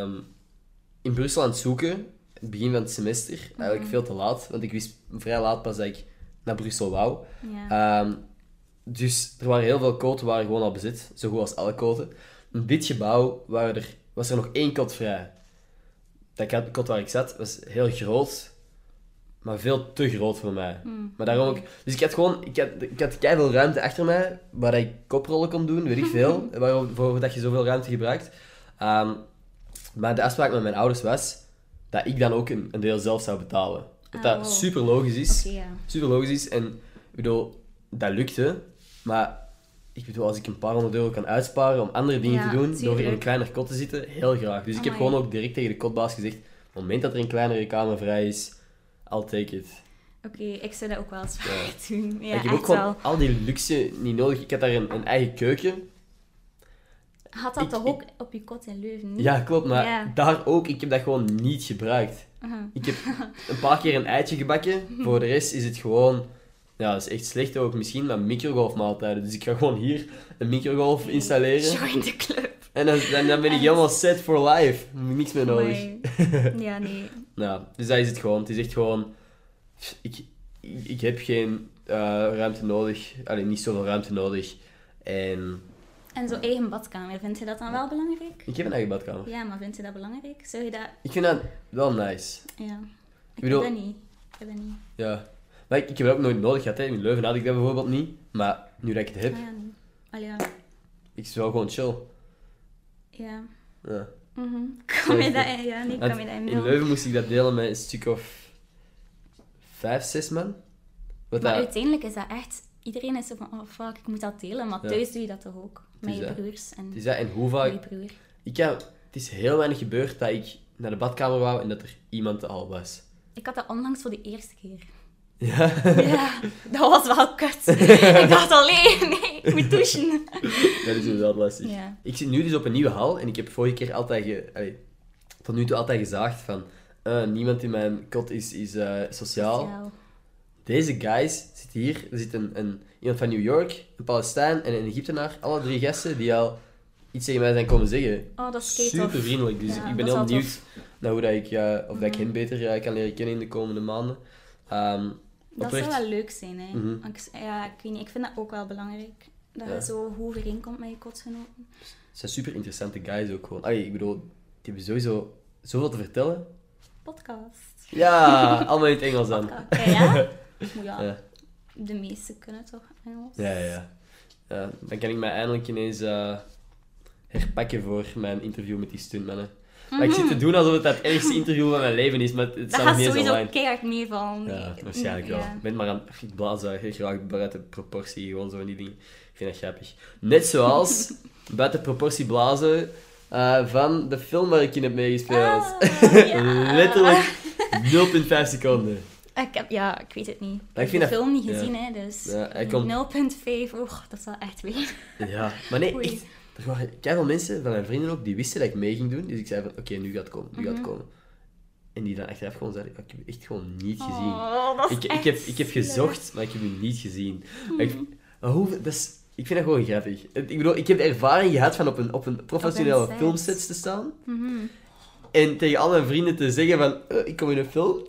in Brussel aan het zoeken, het begin van het semester. Eigenlijk veel te laat, want ik wist vrij laat pas dat ik naar Brussel wou. Ja. Dus er waren heel veel koten waren gewoon al bezet, zo goed als alle koten. In dit gebouw was er nog 1 kot vrij. Dat kot waar ik zat was heel groot, maar veel te groot voor mij. Maar daarom ook... Dus ik had keiveel ruimte achter mij, waar ik koprollen kon doen, weet ik veel, waarvoor dat je zoveel ruimte gebruikt. Maar de afspraak met mijn ouders was dat ik dan ook een deel zelf zou betalen. Dat super logisch is. Oké, ja. Super logisch is. En ik bedoel, dat lukte, maar ik bedoel, als ik een paar €100 kan uitsparen om andere dingen te doen, door in een kleiner kot te zitten, heel graag. Dus ik heb gewoon ook direct tegen de kotbaas gezegd, op het moment dat er een kleinere kamer vrij is, I'll take it. Oké, ik zou dat ook wel eens doen. Ja, ik heb echt ook gewoon wel. al die luxe niet nodig. Ik had daar een eigen keuken. Had dat toch ook op je kot in Leuven? Niet? Ja, klopt, maar Ja. daar ook, ik heb dat gewoon niet gebruikt. Ik heb een paar keer een eitje gebakken. Voor de rest is het gewoon... Ja, dat is echt slecht ook misschien, maar microgolfmaaltijden. Dus ik ga gewoon hier een microgolf installeren. Join de club. En dan ben ik helemaal set for life. Dan heb ik niks meer nodig. Ja, nee. Nou, dus dat is het gewoon. Het is echt gewoon... Ik heb geen ruimte nodig. Allee, niet zoveel ruimte nodig. En zo'n eigen badkamer, vind je dat dan wel belangrijk? Ik heb een eigen badkamer. Ja, maar vind je dat belangrijk? Zou je dat... Ik vind dat wel nice. Ja. Ik bedoel- heb dat niet. Ja. Maar ik heb het ook nooit nodig gehad. Hè. In Leuven had ik dat bijvoorbeeld niet. Maar nu dat ik het heb, Ah ja, nee. Al ja. ik is wel gewoon chill. Ja. Ja. Kan je dat... Ja, nee, kan Want je dat in inbeelden? Leuven moest ik dat delen met een stuk of 5, 6 man. Wat Maar dat... uiteindelijk is dat echt... Iedereen is zo van, oh fuck, ik moet dat delen. Maar Ja. thuis doe je dat toch ook? Met is je dat. broers en Het is dat, en hoe vaak... je broer. Het is heel weinig gebeurd dat ik naar de badkamer wou en dat er iemand al was. Ik had dat onlangs voor de eerste keer. Ja? Ja, dat was wel kut. Ik dacht alleen, nee, ik moet douchen. Dat is inderdaad lastig. Ja. Ik zit nu dus op een nieuwe hal en ik heb vorige keer altijd tot nu toe altijd gezaagd van niemand in mijn kot is sociaal. Sociaal. Deze guys zitten hier. Er zit iemand van New York, een Palestijn en een Egyptenaar. Alle 3 gasten die al iets tegen mij zijn komen zeggen. Oh, dat is kei Super tof. vriendelijk. Dus Ja, ik ben dat heel is wel benieuwd naar hoe dat ik, of dat ik hen beter kan leren kennen in de komende maanden. Dat zou wel leuk zijn, hè. Mhm. Ik weet niet, ik vind dat ook wel belangrijk. Dat je zo goed overeenkomt met je kotsgenoten. Het zijn super interessante guys ook gewoon. Ik bedoel, die hebben sowieso zoveel te vertellen. Podcast. Ja, allemaal in het Engels dan. Podcast. Ja? Ja, Ja. de meesten kunnen toch Engels? Ja. Dan kan ik mij eindelijk ineens herpakken voor mijn interview met die stuntmannen. Maar ik zit te doen alsof het ergste interview van mijn leven is, maar het Dat staat nog gaat niet eens sowieso online. keihard meevallen. Ja, waarschijnlijk wel. Ja. Ik ben maar aan ik blaas daar graag buiten proportie, gewoon zo van die dingen. Ik vind dat grappig. Net zoals buiten proportie blazen van de film waar ik in heb meegespeeld. Ja. Letterlijk 0,5 seconden. Ik weet het niet. Maar Ik heb de film niet ja. gezien, hè, dus Ja, hij komt- 0,5, dat is wel echt weer. Ja, maar nee, Oei. echt. Er waren keiveel mensen, van mijn vrienden ook, die wisten dat ik mee ging doen. Dus ik zei van, oké, nu gaat het komen, nu gaat het komen. En die dan achteraf gewoon zeiden, ik heb je echt gewoon niet gezien. Oh, dat is Ik heb echt gezocht, maar ik heb je niet gezien. Maar ik vind dat gewoon grappig. Ik bedoel, ik heb de ervaring gehad van op een professionele set. filmset te staan. Mhm. En tegen al mijn vrienden te zeggen van, ik kom in een film.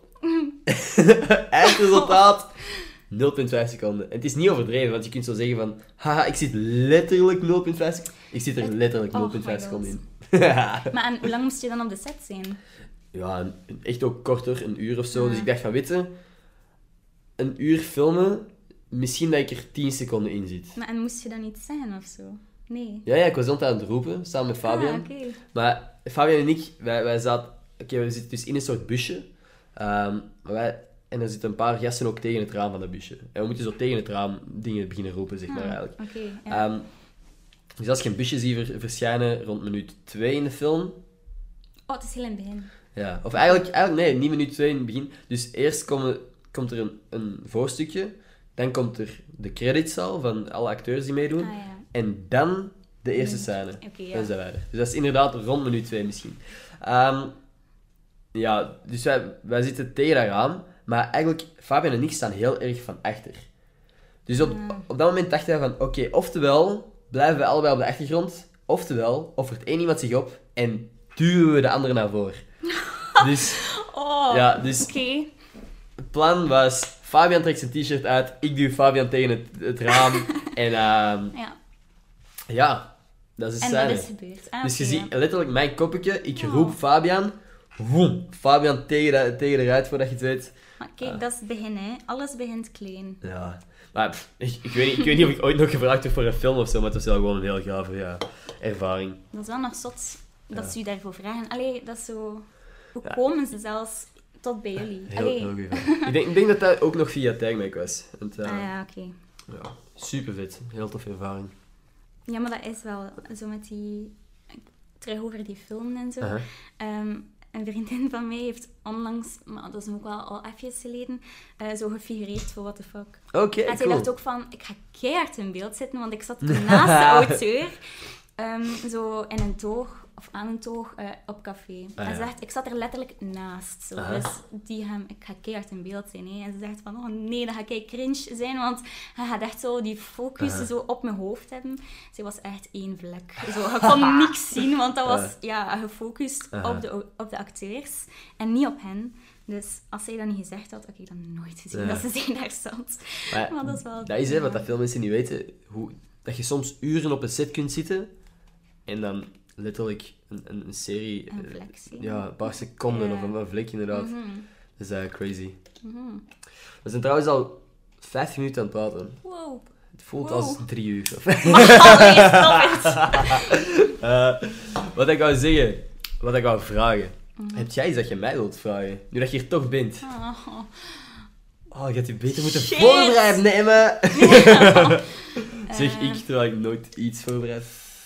Eindresultaat, 0,5 seconden. En het is niet overdreven, want je kunt zo zeggen van, haha, ik zit letterlijk 0,5 seconden. Ik zit er letterlijk 0,5 my seconden in. Maar en hoe lang moest je dan op de set zijn? Ja, echt ook korter, een uur of zo. Dus ik dacht van, weet je, een uur filmen, misschien dat ik er 10 seconden in zit. Maar en moest je dan niet zijn of zo? Nee. Ja, ik was altijd aan het roepen, samen met Fabian. Ah, oké. Maar Fabian en ik, wij zaten... Oké, we zitten dus in een soort busje. En er zitten een paar gasten ook tegen het raam van dat busje. En we moeten zo tegen het raam dingen beginnen roepen, zeg maar, eigenlijk. Oké, ja. Dus als je een busje ziet verschijnen rond minuut 2 in de film... Oh, het is heel in het begin. Ja, of eigenlijk nee, niet minuut 2 in het begin. Dus eerst komt er een voorstukje. Dan komt er de credits al van alle acteurs die meedoen. Ah, ja. En dan de eerste scène. Oké, ja. Dan zijn wij er. Dus dat is inderdaad rond minuut 2 misschien. Ja, dus wij zitten tegen dat raam. Maar eigenlijk, Fabian en ik staan heel erg van achter. Dus op dat moment dachten wij van... Oké, oftewel blijven we allebei op de achtergrond. Oftewel offert één iemand zich op en duwen we de andere naar voren. Dus... Oh, Ja, dus oké. het plan was... Fabian trekt zijn t-shirt uit. Ik duw Fabian tegen het raam. En Ja. dat is de En scène. dat is gebeurd. Ah, Dus je oké, ziet letterlijk mijn koppetje. Ik roep Fabian. Woem, Fabian tegen de ruit, voordat je het weet. Maar kijk, dat is het begin, hè. Alles begint klein. Ja. Maar ik weet niet of ik ooit nog gevraagd heb voor een film of zo, maar het was wel gewoon een heel gave ervaring. Dat is wel nog zot dat ze je daarvoor vragen. Allee, dat is zo... Hoe komen ze zelfs tot bij jullie? Heel goed. Ik denk dat dat ook nog via Tagmac was. Want, ja, oké. ja, super vet. Heel toffe ervaring. Ja, maar dat is wel zo met die... Terug over die film en zo. Aha. Een vriendin van mij heeft onlangs, maar dat is ook wel al even geleden, zo gefigureerd voor What the Fuck. Oké, En zij cool. dacht ook van, ik ga keihard in beeld zitten, want ik zat naast de auteur, zo in een toog, of aan een toog, op café. Ah, En ze ja. zegt, ik zat er letterlijk naast. Zo. Aha. Dus ik ga keihard in beeld zijn. Hè. En ze zegt van, oh nee, dat ga ik cringe zijn, want hij gaat echt zo die focus zo op mijn hoofd hebben. Ze was echt één vlek. Zo, je kon niks zien, want dat was gefocust op de acteurs en niet op hen. Dus als zij dat niet gezegd had, had ik dan nooit gezien dat ze zijn daar stond. Maar dat is wel... Dat is hè, wat dat veel mensen niet weten. Dat je soms uren op een set kunt zitten en dan letterlijk een serie... Een vlek zien. Ja, een paar seconden Ja. of een vlek inderdaad. Mhm. Dat is crazy. Mhm. We zijn trouwens al 50 minuten aan het praten. Wow. Het voelt Wow. als 3 uur. Allee, stop het. Wat ik wou zeggen, wat ik wou vragen. Heb jij iets dat je mij wilt vragen? Nu dat je hier toch bent. Oh, je had je beter moeten Shit. voorbereid nemen. Zeg ik, terwijl ik nooit iets voorbereid.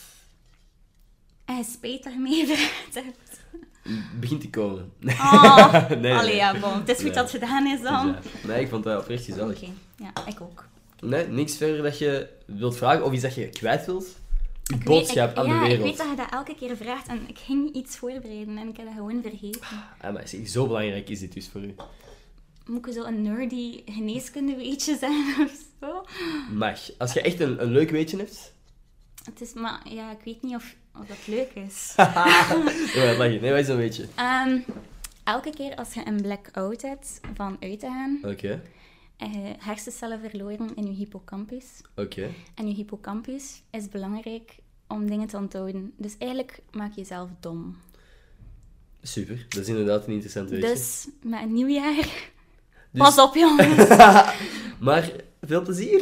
En je spijt dat je meegebracht hebt. Het begint te komen. Oh. Nee. Allee, ja, bon. Het is goed Nee. dat het gedaan is dan. Dus, nee, ik vond dat oprecht gezellig. Oké, ja, ik ook. Nee, niks verder dat je wilt vragen of iets dat je kwijt wilt? Je Ik boodschap weet- aan de Ja, wereld. ik weet dat je dat elke keer vraagt en ik ging iets voorbereiden en ik heb dat gewoon vergeten. Maar zeg, zo belangrijk is dit dus voor u. Moet ik zo een nerdy geneeskundeweetje zijn of zo? Mag. Als je echt een leuk weetje hebt... Het is, maar ja, ik weet niet of dat leuk is. Ja, dat mag je. Nee, wat is een weetje? Elke keer als je een blackout hebt van uit te gaan, Oké. hersencellen verloren in je hippocampus. Oké. En je hippocampus is belangrijk om dingen te onthouden. Dus eigenlijk maak je jezelf dom. Super. Dat is inderdaad een interessant weetje. Dus met een nieuw jaar... Dus- Pas op, jongens. Maar veel plezier.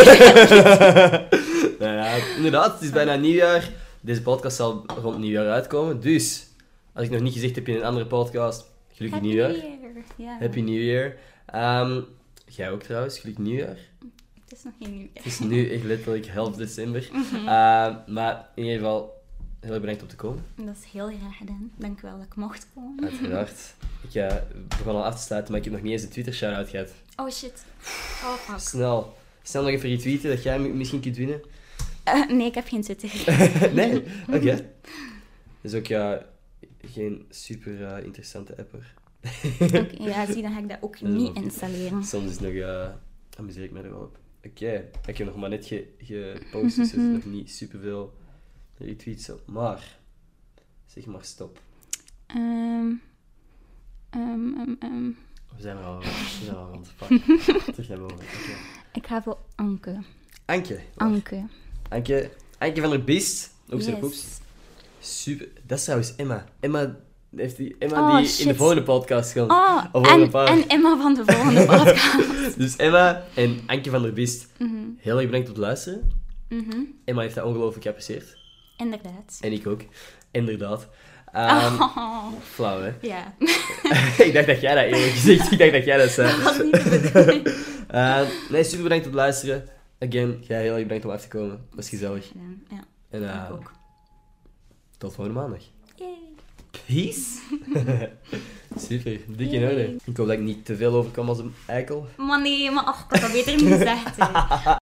Nou ja, inderdaad, het is bijna nieuwjaar. Deze podcast zal rond nieuwjaar uitkomen. Dus, als ik nog niet gezegd heb in een andere podcast, gelukkig Happy nieuwjaar. New Year. Ja. Happy New Year. Jij ook trouwens, gelukkig nieuwjaar. Het is nog geen nieuwjaar. Het is nu echt letterlijk half december. Maar in ieder geval, heel erg bedankt om te komen. Dat is heel graag gedaan. Dank u wel dat ik mocht komen. Uiteraard. Ik begon al af te sluiten, maar ik heb nog niet eens een Twitter-shout-out gehad. Oh shit. Oh fuck. Snel nog even retweeten dat jij misschien kunt winnen. Nee, ik heb geen Twitter. Nee? Oké. Dat is ook geen super interessante app hoor. Oké, ja, zie, dan ga ik dat ook Dat is niet wel- installeren. Soms is nog, amuseer ik me er wel op. Oké. Ik heb nog maar net gepost, dus er is nog niet superveel retweets op. Maar, zeg maar stop. We zijn er al rond. Fuck. Terug naar boven. Oké. Ik ga voor Anke. Anke. Anke. Anke van der Biest. Ook zo Yes. poeps. Super. Dat is trouwens Emma. Emma die Oh, in shit. de volgende podcast komt. Oh, Of over een paar. en Emma van de volgende podcast. Dus Emma en Anke van der Biest. Heel erg bedankt om te luisteren. Emma heeft dat ongelooflijk geapprecieerd. Inderdaad. En ik ook. Inderdaad. Flauw, hè? Ja, Ik dacht dat jij dat eerlijk gezegd. Ik dacht dat jij dat zei. dat was niet de bedoeling. Nee, super bedankt om te luisteren. Again, jij heel erg bedankt om af te komen. Dat is gezellig. Ja, En ik ook. tot volgende maandag. Yay. Peace. Super, dik in orde. Ik hoop dat ik niet te veel overkwam als een eikel. Maar nee, maar ach, ik had dat beter niet gezegd. Hè.